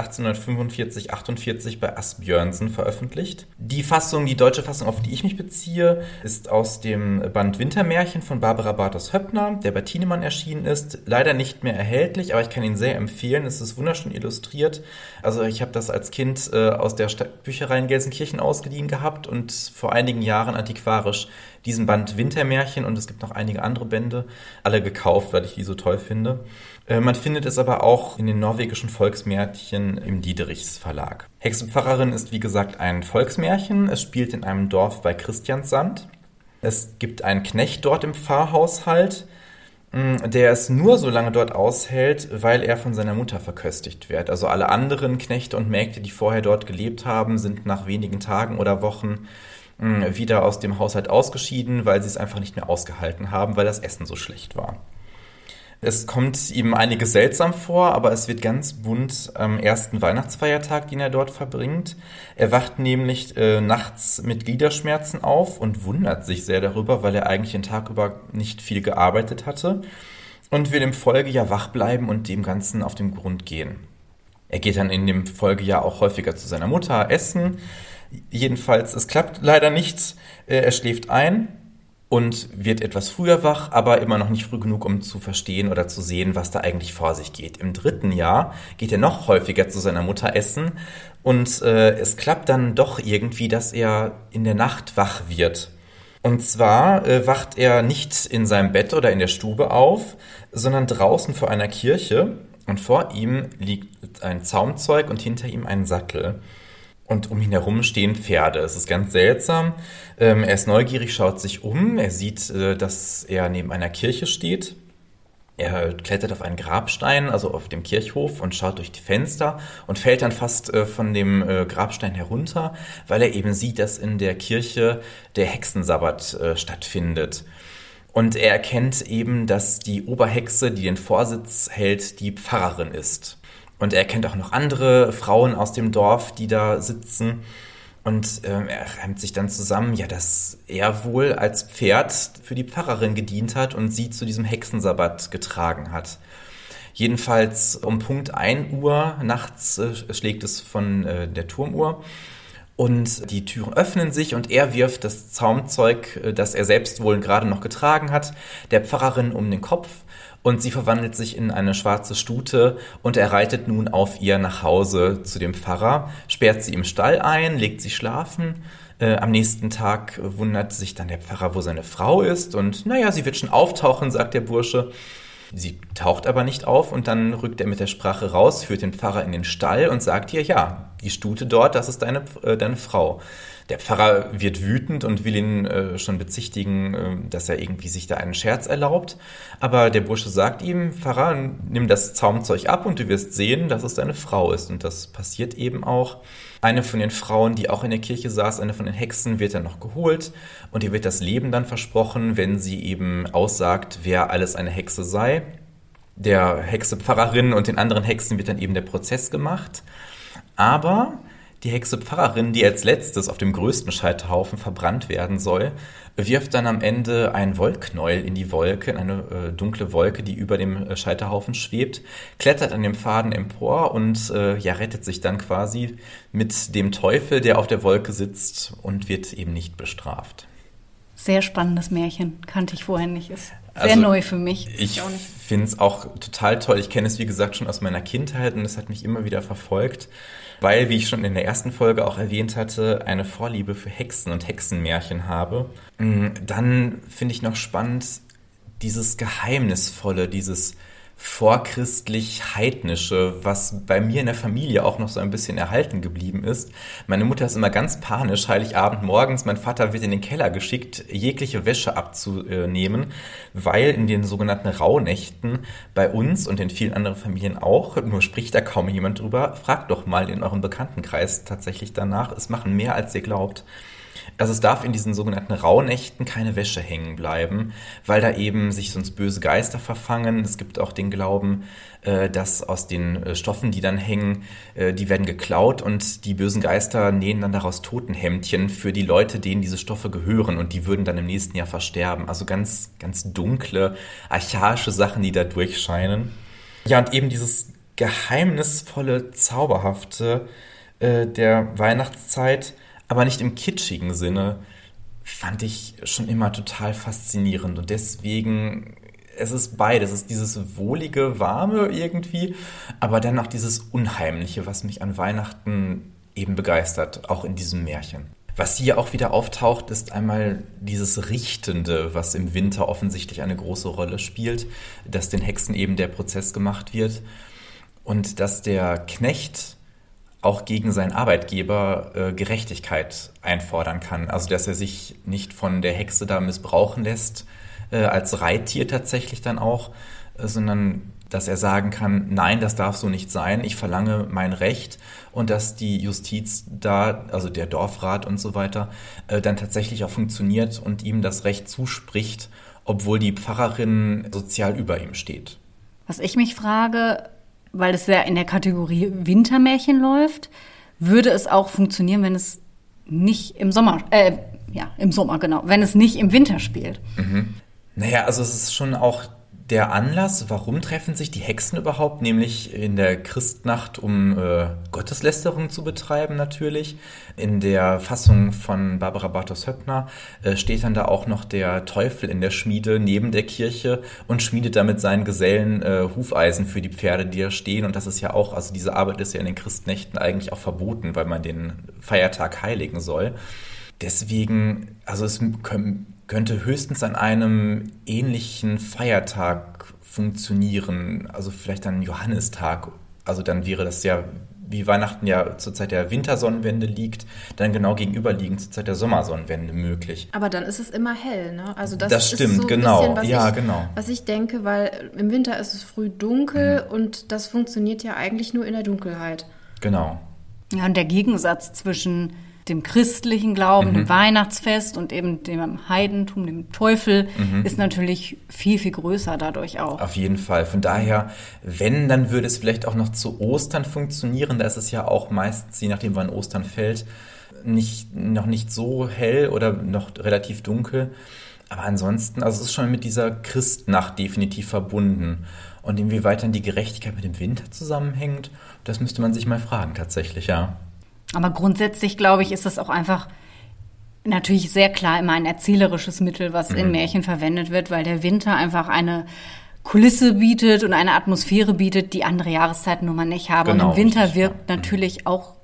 1845/48 bei Asbjørnsen veröffentlicht. Die deutsche Fassung, auf die ich mich beziehe, ist aus dem Band Wintermärchen von Barbara Bartos-Höppner, der bei Thienemann erschienen ist. Leider nicht mehr erhältlich, aber ich kann ihn sehr empfehlen. Es ist wunderschön illustriert. Also ich habe das als Kind aus der Bücherei in Gelsenkirchen ausgeliehen gehabt und vor einigen Jahren antiquarisch diesen Band Wintermärchen, und es gibt noch einige andere Bände, alle gekauft, weil ich die so toll finde. Man findet es aber auch in den norwegischen Volksmärchen im Diederichs Verlag. Hexenpfarrerin ist wie gesagt ein Volksmärchen. Es spielt in einem Dorf bei Christiansand. Es gibt einen Knecht dort im Pfarrhaushalt, der es nur so lange dort aushält, weil er von seiner Mutter verköstigt wird. Also alle anderen Knechte und Mägde, die vorher dort gelebt haben, sind nach wenigen Tagen oder Wochen wieder aus dem Haushalt ausgeschieden, weil sie es einfach nicht mehr ausgehalten haben, weil das Essen so schlecht war. Es kommt ihm einiges seltsam vor, aber es wird ganz bunt am ersten Weihnachtsfeiertag, den er dort verbringt. Er wacht nämlich nachts mit Gliederschmerzen auf und wundert sich sehr darüber, weil er eigentlich den Tag über nicht viel gearbeitet hatte und will im Folgejahr wach bleiben und dem Ganzen auf den Grund gehen. Er geht dann in dem Folgejahr auch häufiger zu seiner Mutter essen. Jedenfalls, es klappt leider nicht. Er schläft ein und wird etwas früher wach, aber immer noch nicht früh genug, um zu verstehen oder zu sehen, was da eigentlich vor sich geht. Im 3. Jahr geht er noch häufiger zu seiner Mutter essen und es klappt dann doch irgendwie, dass er in der Nacht wach wird. Und zwar wacht er nicht in seinem Bett oder in der Stube auf, sondern draußen vor einer Kirche, und vor ihm liegt ein Zaumzeug und hinter ihm ein Sattel. Und um ihn herum stehen Pferde. Es ist ganz seltsam. Er ist neugierig, schaut sich um. Er sieht, dass er neben einer Kirche steht. Er klettert auf einen Grabstein, also auf dem Kirchhof, und schaut durch die Fenster und fällt dann fast von dem Grabstein herunter, weil er eben sieht, dass in der Kirche der Hexensabbat stattfindet. Und er erkennt eben, dass die Oberhexe, die den Vorsitz hält, die Pfarrerin ist. Und er kennt auch noch andere Frauen aus dem Dorf, die da sitzen. Und er reimt sich dann zusammen, ja, dass er wohl als Pferd für die Pfarrerin gedient hat und sie zu diesem Hexensabbat getragen hat. Jedenfalls um Punkt 1 Uhr nachts schlägt es von der Turmuhr. Und die Türen öffnen sich und er wirft das Zaumzeug, das er selbst wohl gerade noch getragen hat, der Pfarrerin um den Kopf. Und sie verwandelt sich in eine schwarze Stute und er reitet nun auf ihr nach Hause zu dem Pfarrer, sperrt sie im Stall ein, legt sie schlafen. Am nächsten Tag wundert sich dann der Pfarrer, wo seine Frau ist. Und naja, sie wird schon auftauchen, sagt der Bursche. Sie taucht aber nicht auf und dann rückt er mit der Sprache raus, führt den Pfarrer in den Stall und sagt ihr, ja, die Stute dort, das ist deine Frau. Der Pfarrer wird wütend und will ihn schon bezichtigen, dass er irgendwie sich da einen Scherz erlaubt. Aber der Bursche sagt ihm, Pfarrer, nimm das Zaumzeug ab und du wirst sehen, dass es deine Frau ist. Und das passiert eben auch. Eine von den Frauen, die auch in der Kirche saß, eine von den Hexen, wird dann noch geholt. Und ihr wird das Leben dann versprochen, wenn sie eben aussagt, wer alles eine Hexe sei. Der Hexe Pfarrerin und den anderen Hexen wird dann eben der Prozess gemacht. Aber die Hexe Pfarrerin, die als letztes auf dem größten Scheiterhaufen verbrannt werden soll, wirft dann am Ende ein Wollknäuel in die Wolke, in eine dunkle Wolke, die über dem Scheiterhaufen schwebt, klettert an dem Faden empor und rettet sich dann quasi mit dem Teufel, der auf der Wolke sitzt und wird eben nicht bestraft. Sehr spannendes Märchen, kannte ich vorher nicht. Ist sehr neu für mich. Ich finde es auch total toll. Ich kenne es, wie gesagt, schon aus meiner Kindheit und es hat mich immer wieder verfolgt, weil, wie ich schon in der ersten Folge auch erwähnt hatte, eine Vorliebe für Hexen und Hexenmärchen habe. Dann finde ich noch spannend dieses Geheimnisvolle, dieses vorchristlich-heidnische, was bei mir in der Familie auch noch so ein bisschen erhalten geblieben ist. Meine Mutter ist immer ganz panisch, Heiligabend morgens, mein Vater wird in den Keller geschickt, jegliche Wäsche abzunehmen, weil in den sogenannten Rauhnächten bei uns und in vielen anderen Familien auch, nur spricht da kaum jemand drüber, fragt doch mal in eurem Bekanntenkreis tatsächlich danach, es machen mehr als ihr glaubt. Also es darf in diesen sogenannten Rauhnächten keine Wäsche hängen bleiben, weil da eben sich sonst böse Geister verfangen. Es gibt auch den Glauben, dass aus den Stoffen, die dann hängen, die werden geklaut und die bösen Geister nähen dann daraus Totenhemdchen für die Leute, denen diese Stoffe gehören und die würden dann im nächsten Jahr versterben. Also ganz, ganz dunkle, archaische Sachen, die da durchscheinen. Ja, und eben dieses geheimnisvolle, zauberhafte der Weihnachtszeit, aber nicht im kitschigen Sinne, fand ich schon immer total faszinierend. Und deswegen, es ist beides. Es ist dieses wohlige, warme irgendwie, aber dann auch dieses Unheimliche, was mich an Weihnachten eben begeistert, auch in diesem Märchen. Was hier auch wieder auftaucht, ist einmal dieses Richtende, was im Winter offensichtlich eine große Rolle spielt, dass den Hexen eben der Prozess gemacht wird und dass der Knecht auch gegen seinen Arbeitgeber Gerechtigkeit einfordern kann. Also dass er sich nicht von der Hexe da missbrauchen lässt, als Reittier tatsächlich dann auch, sondern dass er sagen kann, nein, das darf so nicht sein, ich verlange mein Recht und dass die Justiz da, also der Dorfrat und so weiter, dann tatsächlich auch funktioniert und ihm das Recht zuspricht, obwohl die Pfarrerin sozial über ihm steht. Was ich mich frage, weil es ja in der Kategorie Wintermärchen läuft, würde es auch funktionieren, wenn es nicht im Sommer, im Sommer, genau, wenn es nicht im Winter spielt. Mhm. Naja, also es ist schon auch der Anlass, warum treffen sich die Hexen überhaupt, nämlich in der Christnacht, um Gotteslästerung zu betreiben natürlich. In der Fassung von Barbara Bartos-Höppner steht dann da auch noch der Teufel in der Schmiede neben der Kirche und schmiedet da mit seinen Gesellen Hufeisen für die Pferde, die da stehen. Und das ist ja auch, also diese Arbeit ist ja in den Christnächten eigentlich auch verboten, weil man den Feiertag heiligen soll. Deswegen, also es könnte höchstens an einem ähnlichen Feiertag funktionieren, also vielleicht an Johannistag. Also dann wäre das ja, wie Weihnachten ja zur Zeit der Wintersonnenwende liegt, dann genau gegenüberliegend zur Zeit der Sommersonnenwende möglich. Aber dann ist es immer hell, ne? Also das stimmt, ist so genau. Ein bisschen, ja, genau. Was ich denke, weil im Winter ist es früh dunkel und das funktioniert ja eigentlich nur in der Dunkelheit. Genau. Ja, und der Gegensatz zwischen dem christlichen Glauben, dem Weihnachtsfest und eben dem Heidentum, dem Teufel, ist natürlich viel, viel größer dadurch auch. Auf jeden Fall. Von daher, wenn, dann würde es vielleicht auch noch zu Ostern funktionieren. Da ist es ja auch meistens, je nachdem wann Ostern fällt, noch nicht so hell oder noch relativ dunkel. Aber ansonsten, also es ist schon mit dieser Christnacht definitiv verbunden. Und inwieweit dann die Gerechtigkeit mit dem Winter zusammenhängt, das müsste man sich mal fragen tatsächlich, ja. Aber grundsätzlich, glaube ich, ist das auch einfach natürlich sehr klar immer ein erzählerisches Mittel, was in Märchen verwendet wird, weil der Winter einfach eine Kulisse bietet und eine Atmosphäre bietet, die andere Jahreszeiten nun mal nicht haben. Genau, und im Winter wirkt natürlich auch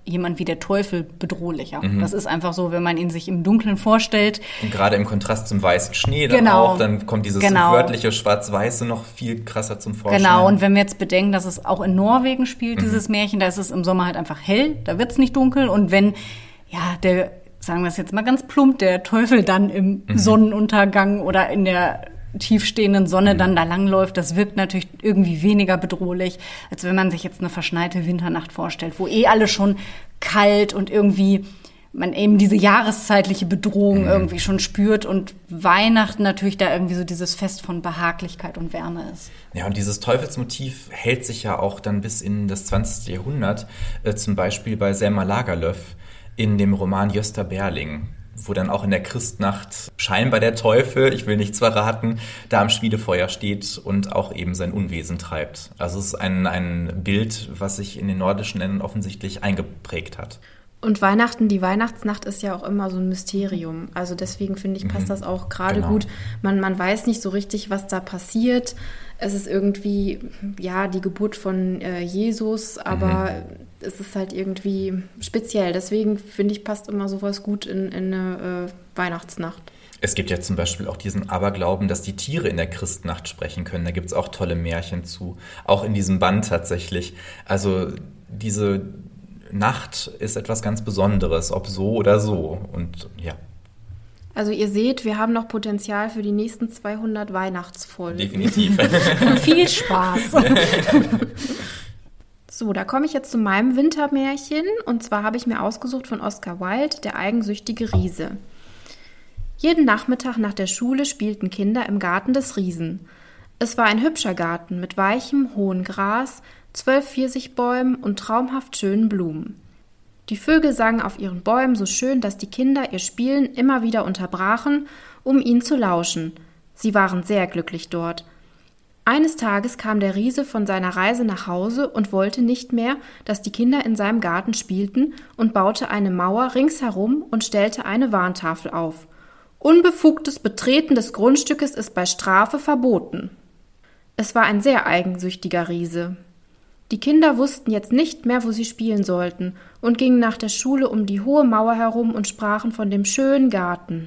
jemand wie der Teufel bedrohlicher. Das ist einfach so, wenn man ihn sich im Dunkeln vorstellt. Und gerade im Kontrast zum weißen Schnee dann kommt dieses wörtliche Schwarz-Weiße noch viel krasser zum Vorschein. Genau, und wenn wir jetzt bedenken, dass es auch in Norwegen spielt, dieses Märchen, da ist es im Sommer halt einfach hell, da wird's nicht dunkel. Und wenn, sagen wir es jetzt mal ganz plump, der Teufel dann im Sonnenuntergang oder in der tiefstehenden Sonne dann da langläuft, das wirkt natürlich irgendwie weniger bedrohlich, als wenn man sich jetzt eine verschneite Winternacht vorstellt, wo alles schon kalt und irgendwie man eben diese jahreszeitliche Bedrohung irgendwie schon spürt und Weihnachten natürlich da irgendwie so dieses Fest von Behaglichkeit und Wärme ist. Ja, und dieses Teufelsmotiv hält sich ja auch dann bis in das 20. Jahrhundert, zum Beispiel bei Selma Lagerlöf in dem Roman Gösta Berling, wo dann auch in der Christnacht scheinbar der Teufel, ich will nichts verraten, da am Schmiedefeuer steht und auch eben sein Unwesen treibt. Also es ist ein Bild, was sich in den nordischen Ländern offensichtlich eingeprägt hat. Und Weihnachten, die Weihnachtsnacht ist ja auch immer so ein Mysterium. Also deswegen finde ich, passt das auch gerade gut. Man weiß nicht so richtig, was da passiert. Es ist irgendwie, die Geburt von Jesus, aber es ist halt irgendwie speziell. Deswegen finde ich, passt immer sowas gut in eine Weihnachtsnacht. Es gibt ja zum Beispiel auch diesen Aberglauben, dass die Tiere in der Christnacht sprechen können. Da gibt es auch tolle Märchen zu, auch in diesem Band tatsächlich. Also diese Nacht ist etwas ganz Besonderes, ob so oder so. Und ja. Also ihr seht, wir haben noch Potenzial für die nächsten 200 Weihnachtsfolgen. Definitiv. Viel Spaß. So, da komme ich jetzt zu meinem Wintermärchen. Und zwar habe ich mir ausgesucht von Oscar Wilde, Der eigensüchtige Riese. Jeden Nachmittag nach der Schule spielten Kinder im Garten des Riesen. Es war ein hübscher Garten mit weichem, hohem Gras, 12 Pfirsichbäumen und traumhaft schönen Blumen. Die Vögel sangen auf ihren Bäumen so schön, dass die Kinder ihr Spielen immer wieder unterbrachen, um ihnen zu lauschen. Sie waren sehr glücklich dort. Eines Tages kam der Riese von seiner Reise nach Hause und wollte nicht mehr, dass die Kinder in seinem Garten spielten und baute eine Mauer ringsherum und stellte eine Warntafel auf. Unbefugtes Betreten des Grundstückes ist bei Strafe verboten. Es war ein sehr eigensüchtiger Riese. Die Kinder wussten jetzt nicht mehr, wo sie spielen sollten und gingen nach der Schule um die hohe Mauer herum und sprachen von dem schönen Garten.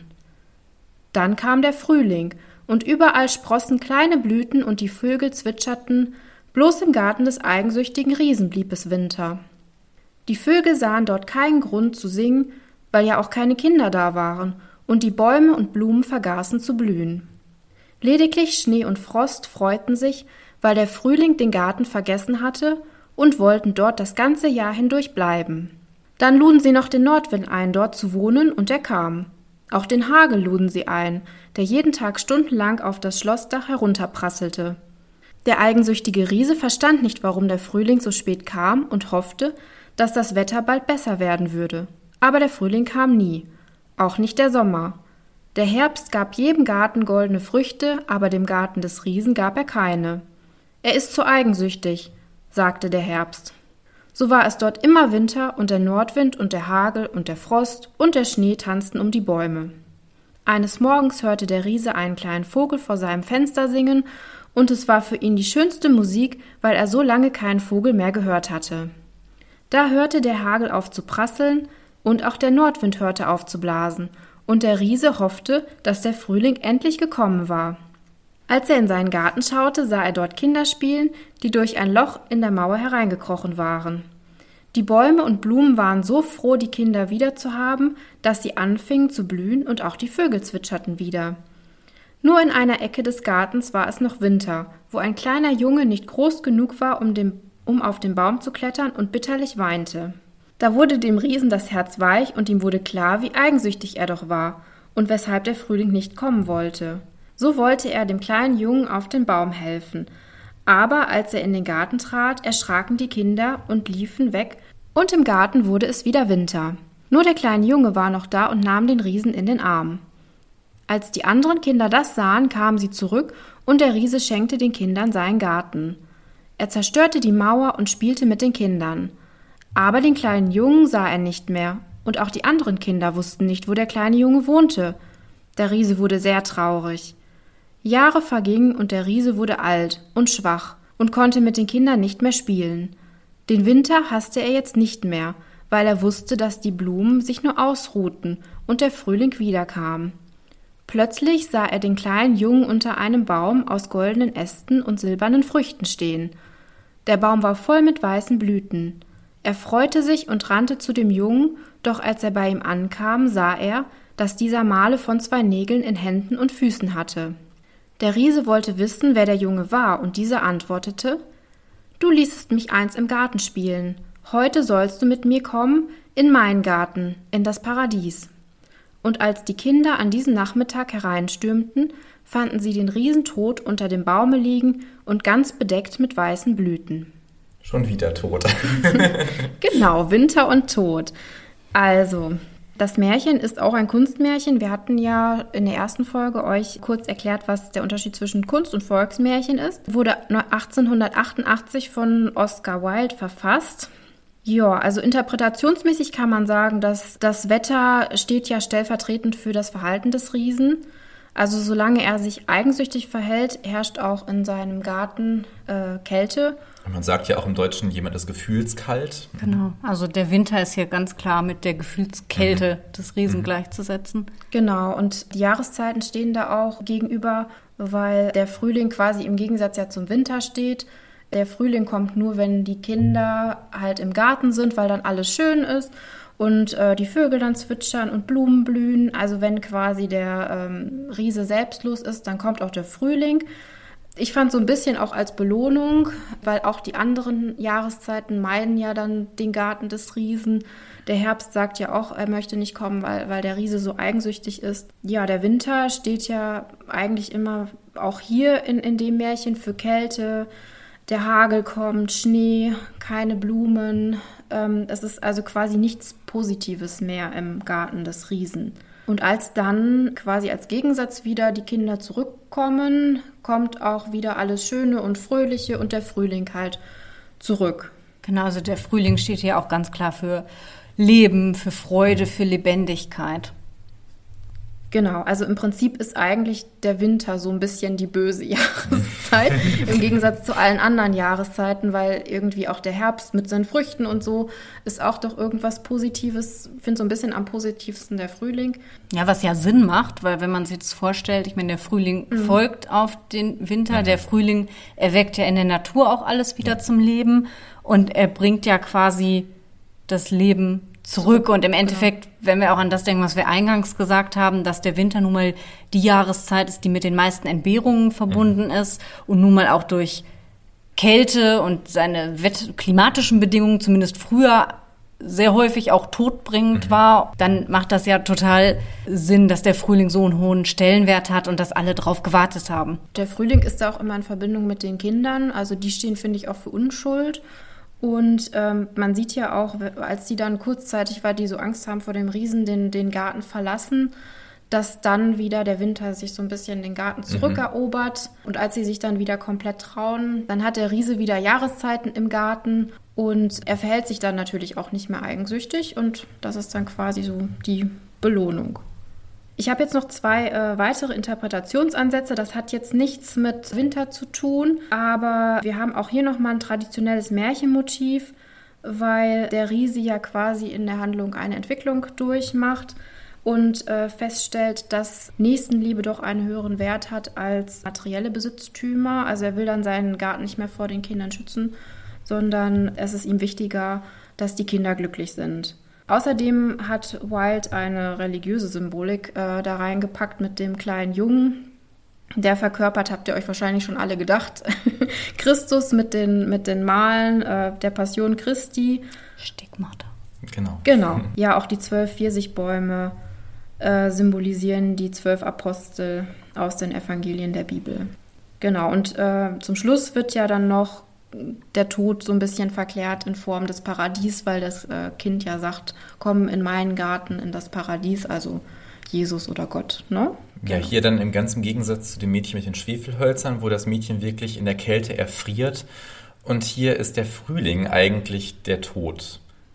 Dann kam der Frühling und überall sprossen kleine Blüten und die Vögel zwitscherten, bloß im Garten des eigensüchtigen Riesen blieb es Winter. Die Vögel sahen dort keinen Grund zu singen, weil ja auch keine Kinder da waren und die Bäume und Blumen vergaßen zu blühen. Lediglich Schnee und Frost freuten sich, weil der Frühling den Garten vergessen hatte und wollten dort das ganze Jahr hindurch bleiben. Dann luden sie noch den Nordwind ein, dort zu wohnen, und er kam. Auch den Hagel luden sie ein, der jeden Tag stundenlang auf das Schlossdach herunterprasselte. Der eigensüchtige Riese verstand nicht, warum der Frühling so spät kam und hoffte, dass das Wetter bald besser werden würde. Aber der Frühling kam nie, auch nicht der Sommer. Der Herbst gab jedem Garten goldene Früchte, aber dem Garten des Riesen gab er keine. Er ist zu eigensüchtig, sagte der Herbst. So war es dort immer Winter und der Nordwind und der Hagel und der Frost und der Schnee tanzten um die Bäume. Eines Morgens hörte der Riese einen kleinen Vogel vor seinem Fenster singen und es war für ihn die schönste Musik, weil er so lange keinen Vogel mehr gehört hatte. Da hörte der Hagel auf zu prasseln und auch der Nordwind hörte auf zu blasen und der Riese hoffte, dass der Frühling endlich gekommen war. Als er in seinen Garten schaute, sah er dort Kinder spielen, die durch ein Loch in der Mauer hereingekrochen waren. Die Bäume und Blumen waren so froh, die Kinder wiederzuhaben, dass sie anfingen zu blühen und auch die Vögel zwitscherten wieder. Nur in einer Ecke des Gartens war es noch Winter, wo ein kleiner Junge nicht groß genug war, um auf den Baum zu klettern und bitterlich weinte. Da wurde dem Riesen das Herz weich und ihm wurde klar, wie eigensüchtig er doch war und weshalb der Frühling nicht kommen wollte. So wollte er dem kleinen Jungen auf den Baum helfen. Aber als er in den Garten trat, erschraken die Kinder und liefen weg, und im Garten wurde es wieder Winter. Nur der kleine Junge war noch da und nahm den Riesen in den Arm. Als die anderen Kinder das sahen, kamen sie zurück, und der Riese schenkte den Kindern seinen Garten. Er zerstörte die Mauer und spielte mit den Kindern. Aber den kleinen Jungen sah er nicht mehr, und auch die anderen Kinder wussten nicht, wo der kleine Junge wohnte. Der Riese wurde sehr traurig. Jahre vergingen und der Riese wurde alt und schwach und konnte mit den Kindern nicht mehr spielen. Den Winter hasste er jetzt nicht mehr, weil er wusste, dass die Blumen sich nur ausruhten und der Frühling wiederkam. Plötzlich sah er den kleinen Jungen unter einem Baum aus goldenen Ästen und silbernen Früchten stehen. Der Baum war voll mit weißen Blüten. Er freute sich und rannte zu dem Jungen, doch als er bei ihm ankam, sah er, dass dieser Male von 2 Nägeln in Händen und Füßen hatte. Der Riese wollte wissen, wer der Junge war, und dieser antwortete: »Du ließest mich einst im Garten spielen. Heute sollst du mit mir kommen in meinen Garten, in das Paradies.« Und als die Kinder an diesem Nachmittag hereinstürmten, fanden sie den Riesen tot unter dem Baume liegen und ganz bedeckt mit weißen Blüten. Schon wieder tot. Genau, Winter und Tod. Also, das Märchen ist auch ein Kunstmärchen. Wir hatten ja in der ersten Folge euch kurz erklärt, was der Unterschied zwischen Kunst- und Volksmärchen ist. Wurde 1888 von Oscar Wilde verfasst. Ja, also interpretationsmäßig kann man sagen, dass das Wetter steht ja stellvertretend für das Verhalten des Riesen. Also solange er sich eigensüchtig verhält, herrscht auch in seinem Garten Kälte. Man sagt ja auch im Deutschen, jemand ist gefühlskalt. Genau, also der Winter ist hier ganz klar mit der Gefühlskälte des Riesen gleichzusetzen. Genau, und die Jahreszeiten stehen da auch gegenüber, weil der Frühling quasi im Gegensatz ja zum Winter steht. Der Frühling kommt nur, wenn die Kinder halt im Garten sind, weil dann alles schön ist und die Vögel dann zwitschern und Blumen blühen. Also wenn quasi der Riese selbstlos ist, dann kommt auch der Frühling. Ich fand so ein bisschen auch als Belohnung, weil auch die anderen Jahreszeiten meiden ja dann den Garten des Riesen. Der Herbst sagt ja auch, er möchte nicht kommen, weil der Riese so eigensüchtig ist. Ja, der Winter steht ja eigentlich immer auch hier in dem Märchen für Kälte. Der Hagel kommt, Schnee, keine Blumen. Es ist also quasi nichts Positives mehr im Garten des Riesen. Und als dann quasi als Gegensatz wieder die Kinder zurückkommen, kommt auch wieder alles Schöne und Fröhliche und der Frühling halt zurück. Genau, also der Frühling steht hier auch ganz klar für Leben, für Freude, für Lebendigkeit. Genau, also im Prinzip ist eigentlich der Winter so ein bisschen die böse Jahreszeit im Gegensatz zu allen anderen Jahreszeiten, weil irgendwie auch der Herbst mit seinen Früchten und so ist auch doch irgendwas Positives. Ich finde so ein bisschen am positivsten der Frühling. Ja, was ja Sinn macht, weil wenn man sich das vorstellt, ich meine, der Frühling folgt auf den Winter, der Frühling erweckt ja in der Natur auch alles wieder zum Leben und er bringt ja quasi das Leben zurück. Und im Endeffekt, wenn wir auch an das denken, was wir eingangs gesagt haben, dass der Winter nun mal die Jahreszeit ist, die mit den meisten Entbehrungen verbunden ist und nun mal auch durch Kälte und seine klimatischen Bedingungen zumindest früher sehr häufig auch todbringend war, dann macht das ja total Sinn, dass der Frühling so einen hohen Stellenwert hat und dass alle drauf gewartet haben. Der Frühling ist da auch immer in Verbindung mit den Kindern. Also die stehen, finde ich, auch für Unschuld. Und man sieht ja auch, als die dann kurzzeitig, weil die so Angst haben vor dem Riesen, den Garten verlassen, dass dann wieder der Winter sich so ein bisschen den Garten zurückerobert. Und als sie sich dann wieder komplett trauen, dann hat der Riese wieder Jahreszeiten im Garten und er verhält sich dann natürlich auch nicht mehr eigensüchtig. Und das ist dann quasi so die Belohnung. Ich habe jetzt noch 2 weitere Interpretationsansätze. Das hat jetzt nichts mit Winter zu tun, aber wir haben auch hier nochmal ein traditionelles Märchenmotiv, weil der Riese ja quasi in der Handlung eine Entwicklung durchmacht und feststellt, dass Nächstenliebe doch einen höheren Wert hat als materielle Besitztümer. Also er will dann seinen Garten nicht mehr vor den Kindern schützen, sondern es ist ihm wichtiger, dass die Kinder glücklich sind. Außerdem hat Wilde eine religiöse Symbolik da reingepackt mit dem kleinen Jungen. Der verkörpert, habt ihr euch wahrscheinlich schon alle gedacht, Christus mit den Malen der Passion Christi. Stigmata. Genau. Ja, auch die 12 Pfirsichbäume symbolisieren die 12 Apostel aus den Evangelien der Bibel. Genau, und zum Schluss wird ja dann noch der Tod so ein bisschen verklärt in Form des Paradies, weil das Kind ja sagt, komm in meinen Garten, in das Paradies, also Jesus oder Gott, ne? Ja, hier dann im ganzen Gegensatz zu dem Mädchen mit den Schwefelhölzern, wo das Mädchen wirklich in der Kälte erfriert. Und hier ist der Frühling eigentlich der Tod,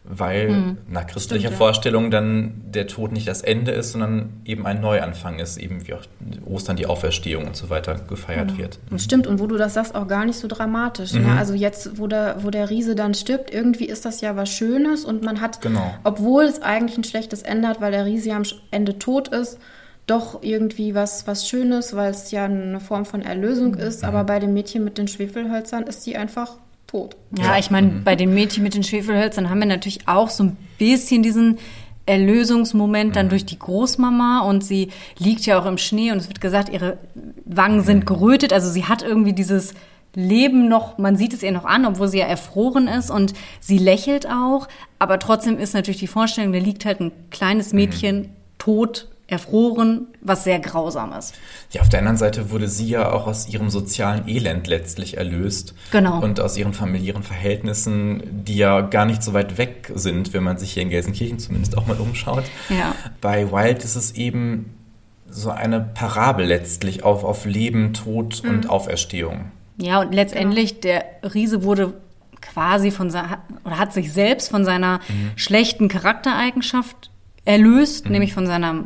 weil nach christlicher Vorstellung dann der Tod nicht das Ende ist, sondern eben ein Neuanfang ist, eben wie auch Ostern die Auferstehung und so weiter gefeiert wird. Stimmt, und wo du das sagst, auch gar nicht so dramatisch. Ne? Also jetzt, wo der Riese dann stirbt, irgendwie ist das ja was Schönes und man hat, obwohl es eigentlich ein schlechtes Ende hat, weil der Riese ja am Ende tot ist, doch irgendwie was Schönes, weil es ja eine Form von Erlösung ist. Aber bei dem Mädchen mit den Schwefelhölzern ist sie einfach tot. Ja, ich meine, bei den Mädchen mit den Schwefelhölzern haben wir natürlich auch so ein bisschen diesen Erlösungsmoment dann durch die Großmama und sie liegt ja auch im Schnee und es wird gesagt, ihre Wangen sind gerötet, also sie hat irgendwie dieses Leben noch, man sieht es ihr noch an, obwohl sie ja erfroren ist und sie lächelt auch, aber trotzdem ist natürlich die Vorstellung, da liegt halt ein kleines Mädchen tot, erfroren, was sehr grausam ist. Ja, auf der anderen Seite wurde sie ja auch aus ihrem sozialen Elend letztlich erlöst. Genau. Und aus ihren familiären Verhältnissen, die ja gar nicht so weit weg sind, wenn man sich hier in Gelsenkirchen zumindest auch mal umschaut. Ja. Bei Wilde ist es eben so eine Parabel letztlich auf Leben, Tod und Auferstehung. Ja, und letztendlich, der Riese wurde quasi hat sich selbst von seiner schlechten Charaktereigenschaft erlöst, nämlich von seiner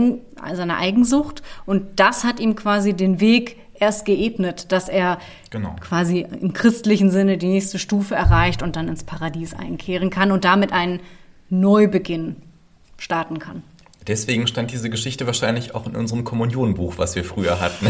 Eigensucht. Und das hat ihm quasi den Weg erst geebnet, dass er quasi im christlichen Sinne die nächste Stufe erreicht und dann ins Paradies einkehren kann und damit einen Neubeginn starten kann. Deswegen stand diese Geschichte wahrscheinlich auch in unserem Kommunionbuch, was wir früher hatten.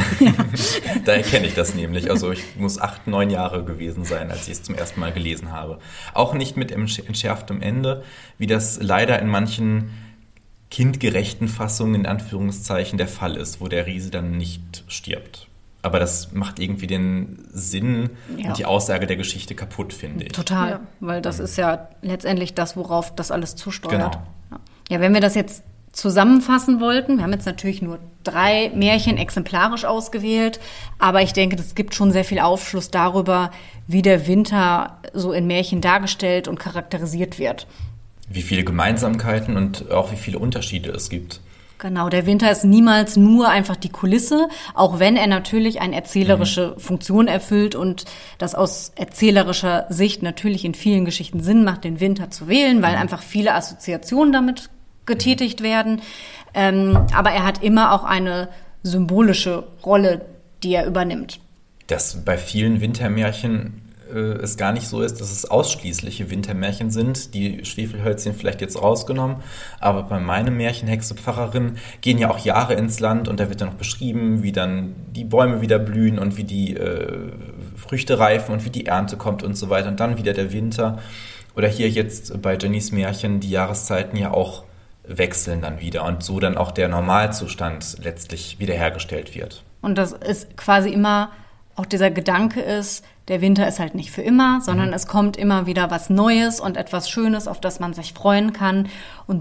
Da erkenne ich das nämlich. Also ich muss 8, 9 Jahre gewesen sein, als ich es zum ersten Mal gelesen habe. Auch nicht mit entschärftem Ende, wie das leider in manchen kindgerechten Fassungen in Anführungszeichen der Fall ist, wo der Riese dann nicht stirbt. Aber das macht irgendwie den Sinn und die Aussage der Geschichte kaputt, finde ich. Total, weil das ist ja letztendlich das, worauf das alles zusteuert. Genau. Ja, wenn wir das jetzt zusammenfassen wollten, wir haben jetzt natürlich nur 3 Märchen exemplarisch ausgewählt, aber ich denke, das gibt schon sehr viel Aufschluss darüber, wie der Winter so in Märchen dargestellt und charakterisiert wird. Wie viele Gemeinsamkeiten und auch wie viele Unterschiede es gibt. Genau, der Winter ist niemals nur einfach die Kulisse, auch wenn er natürlich eine erzählerische Funktion erfüllt und das aus erzählerischer Sicht natürlich in vielen Geschichten Sinn macht, den Winter zu wählen, weil einfach viele Assoziationen damit getätigt werden. Aber er hat immer auch eine symbolische Rolle, die er übernimmt. Dass bei vielen Wintermärchen es gar nicht so ist, dass es ausschließliche Wintermärchen sind, die Schwefelhölzchen vielleicht jetzt rausgenommen, aber bei meinem Märchen Hexe Pfarrerin gehen ja auch Jahre ins Land und da wird dann noch beschrieben, wie dann die Bäume wieder blühen und wie die Früchte reifen und wie die Ernte kommt und so weiter und dann wieder der Winter. Oder hier jetzt bei Jennys Märchen die Jahreszeiten ja auch wechseln dann wieder und so dann auch der Normalzustand letztlich wiederhergestellt wird. Und das ist quasi immer, auch dieser Gedanke ist, der Winter ist halt nicht für immer, sondern es kommt immer wieder was Neues und etwas Schönes, auf das man sich freuen kann. Und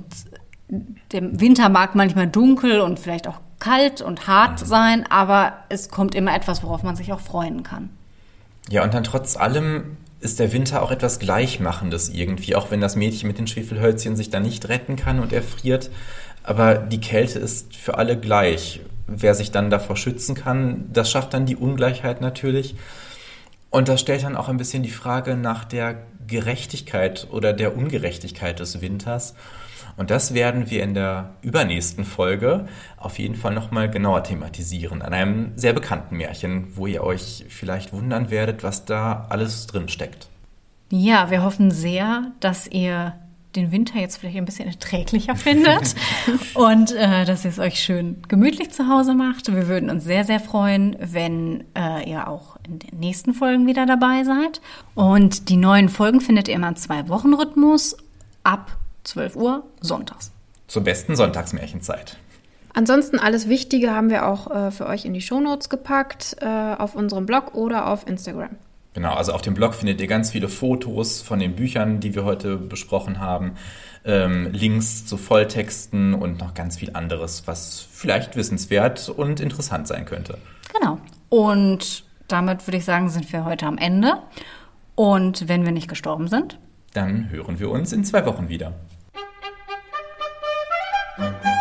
der Winter mag manchmal dunkel und vielleicht auch kalt und hart sein, aber es kommt immer etwas, worauf man sich auch freuen kann. Ja, und dann trotz allem ist der Winter auch etwas Gleichmachendes irgendwie, auch wenn das Mädchen mit den Schwefelhölzchen sich da nicht retten kann und erfriert. Aber die Kälte ist für alle gleich. Wer sich dann davor schützen kann, das schafft dann die Ungleichheit natürlich. Und das stellt dann auch ein bisschen die Frage nach der Gerechtigkeit oder der Ungerechtigkeit des Winters. Und das werden wir in der übernächsten Folge auf jeden Fall nochmal genauer thematisieren. An einem sehr bekannten Märchen, wo ihr euch vielleicht wundern werdet, was da alles drin steckt. Ja, wir hoffen sehr, dass ihr den Winter jetzt vielleicht ein bisschen erträglicher findet und dass ihr es euch schön gemütlich zu Hause macht. Wir würden uns sehr, sehr freuen, wenn ihr auch in den nächsten Folgen wieder dabei seid. Und die neuen Folgen findet ihr immer im 2-Wochen-Rhythmus ab 12 Uhr sonntags. Zur besten Sonntagsmärchenzeit. Ansonsten alles Wichtige haben wir auch für euch in die Shownotes gepackt, auf unserem Blog oder auf Instagram. Genau, also auf dem Blog findet ihr ganz viele Fotos von den Büchern, die wir heute besprochen haben, Links zu Volltexten und noch ganz viel anderes, was vielleicht wissenswert und interessant sein könnte. Genau. Und damit würde ich sagen, sind wir heute am Ende. Und wenn wir nicht gestorben sind, dann hören wir uns in 2 Wochen wieder.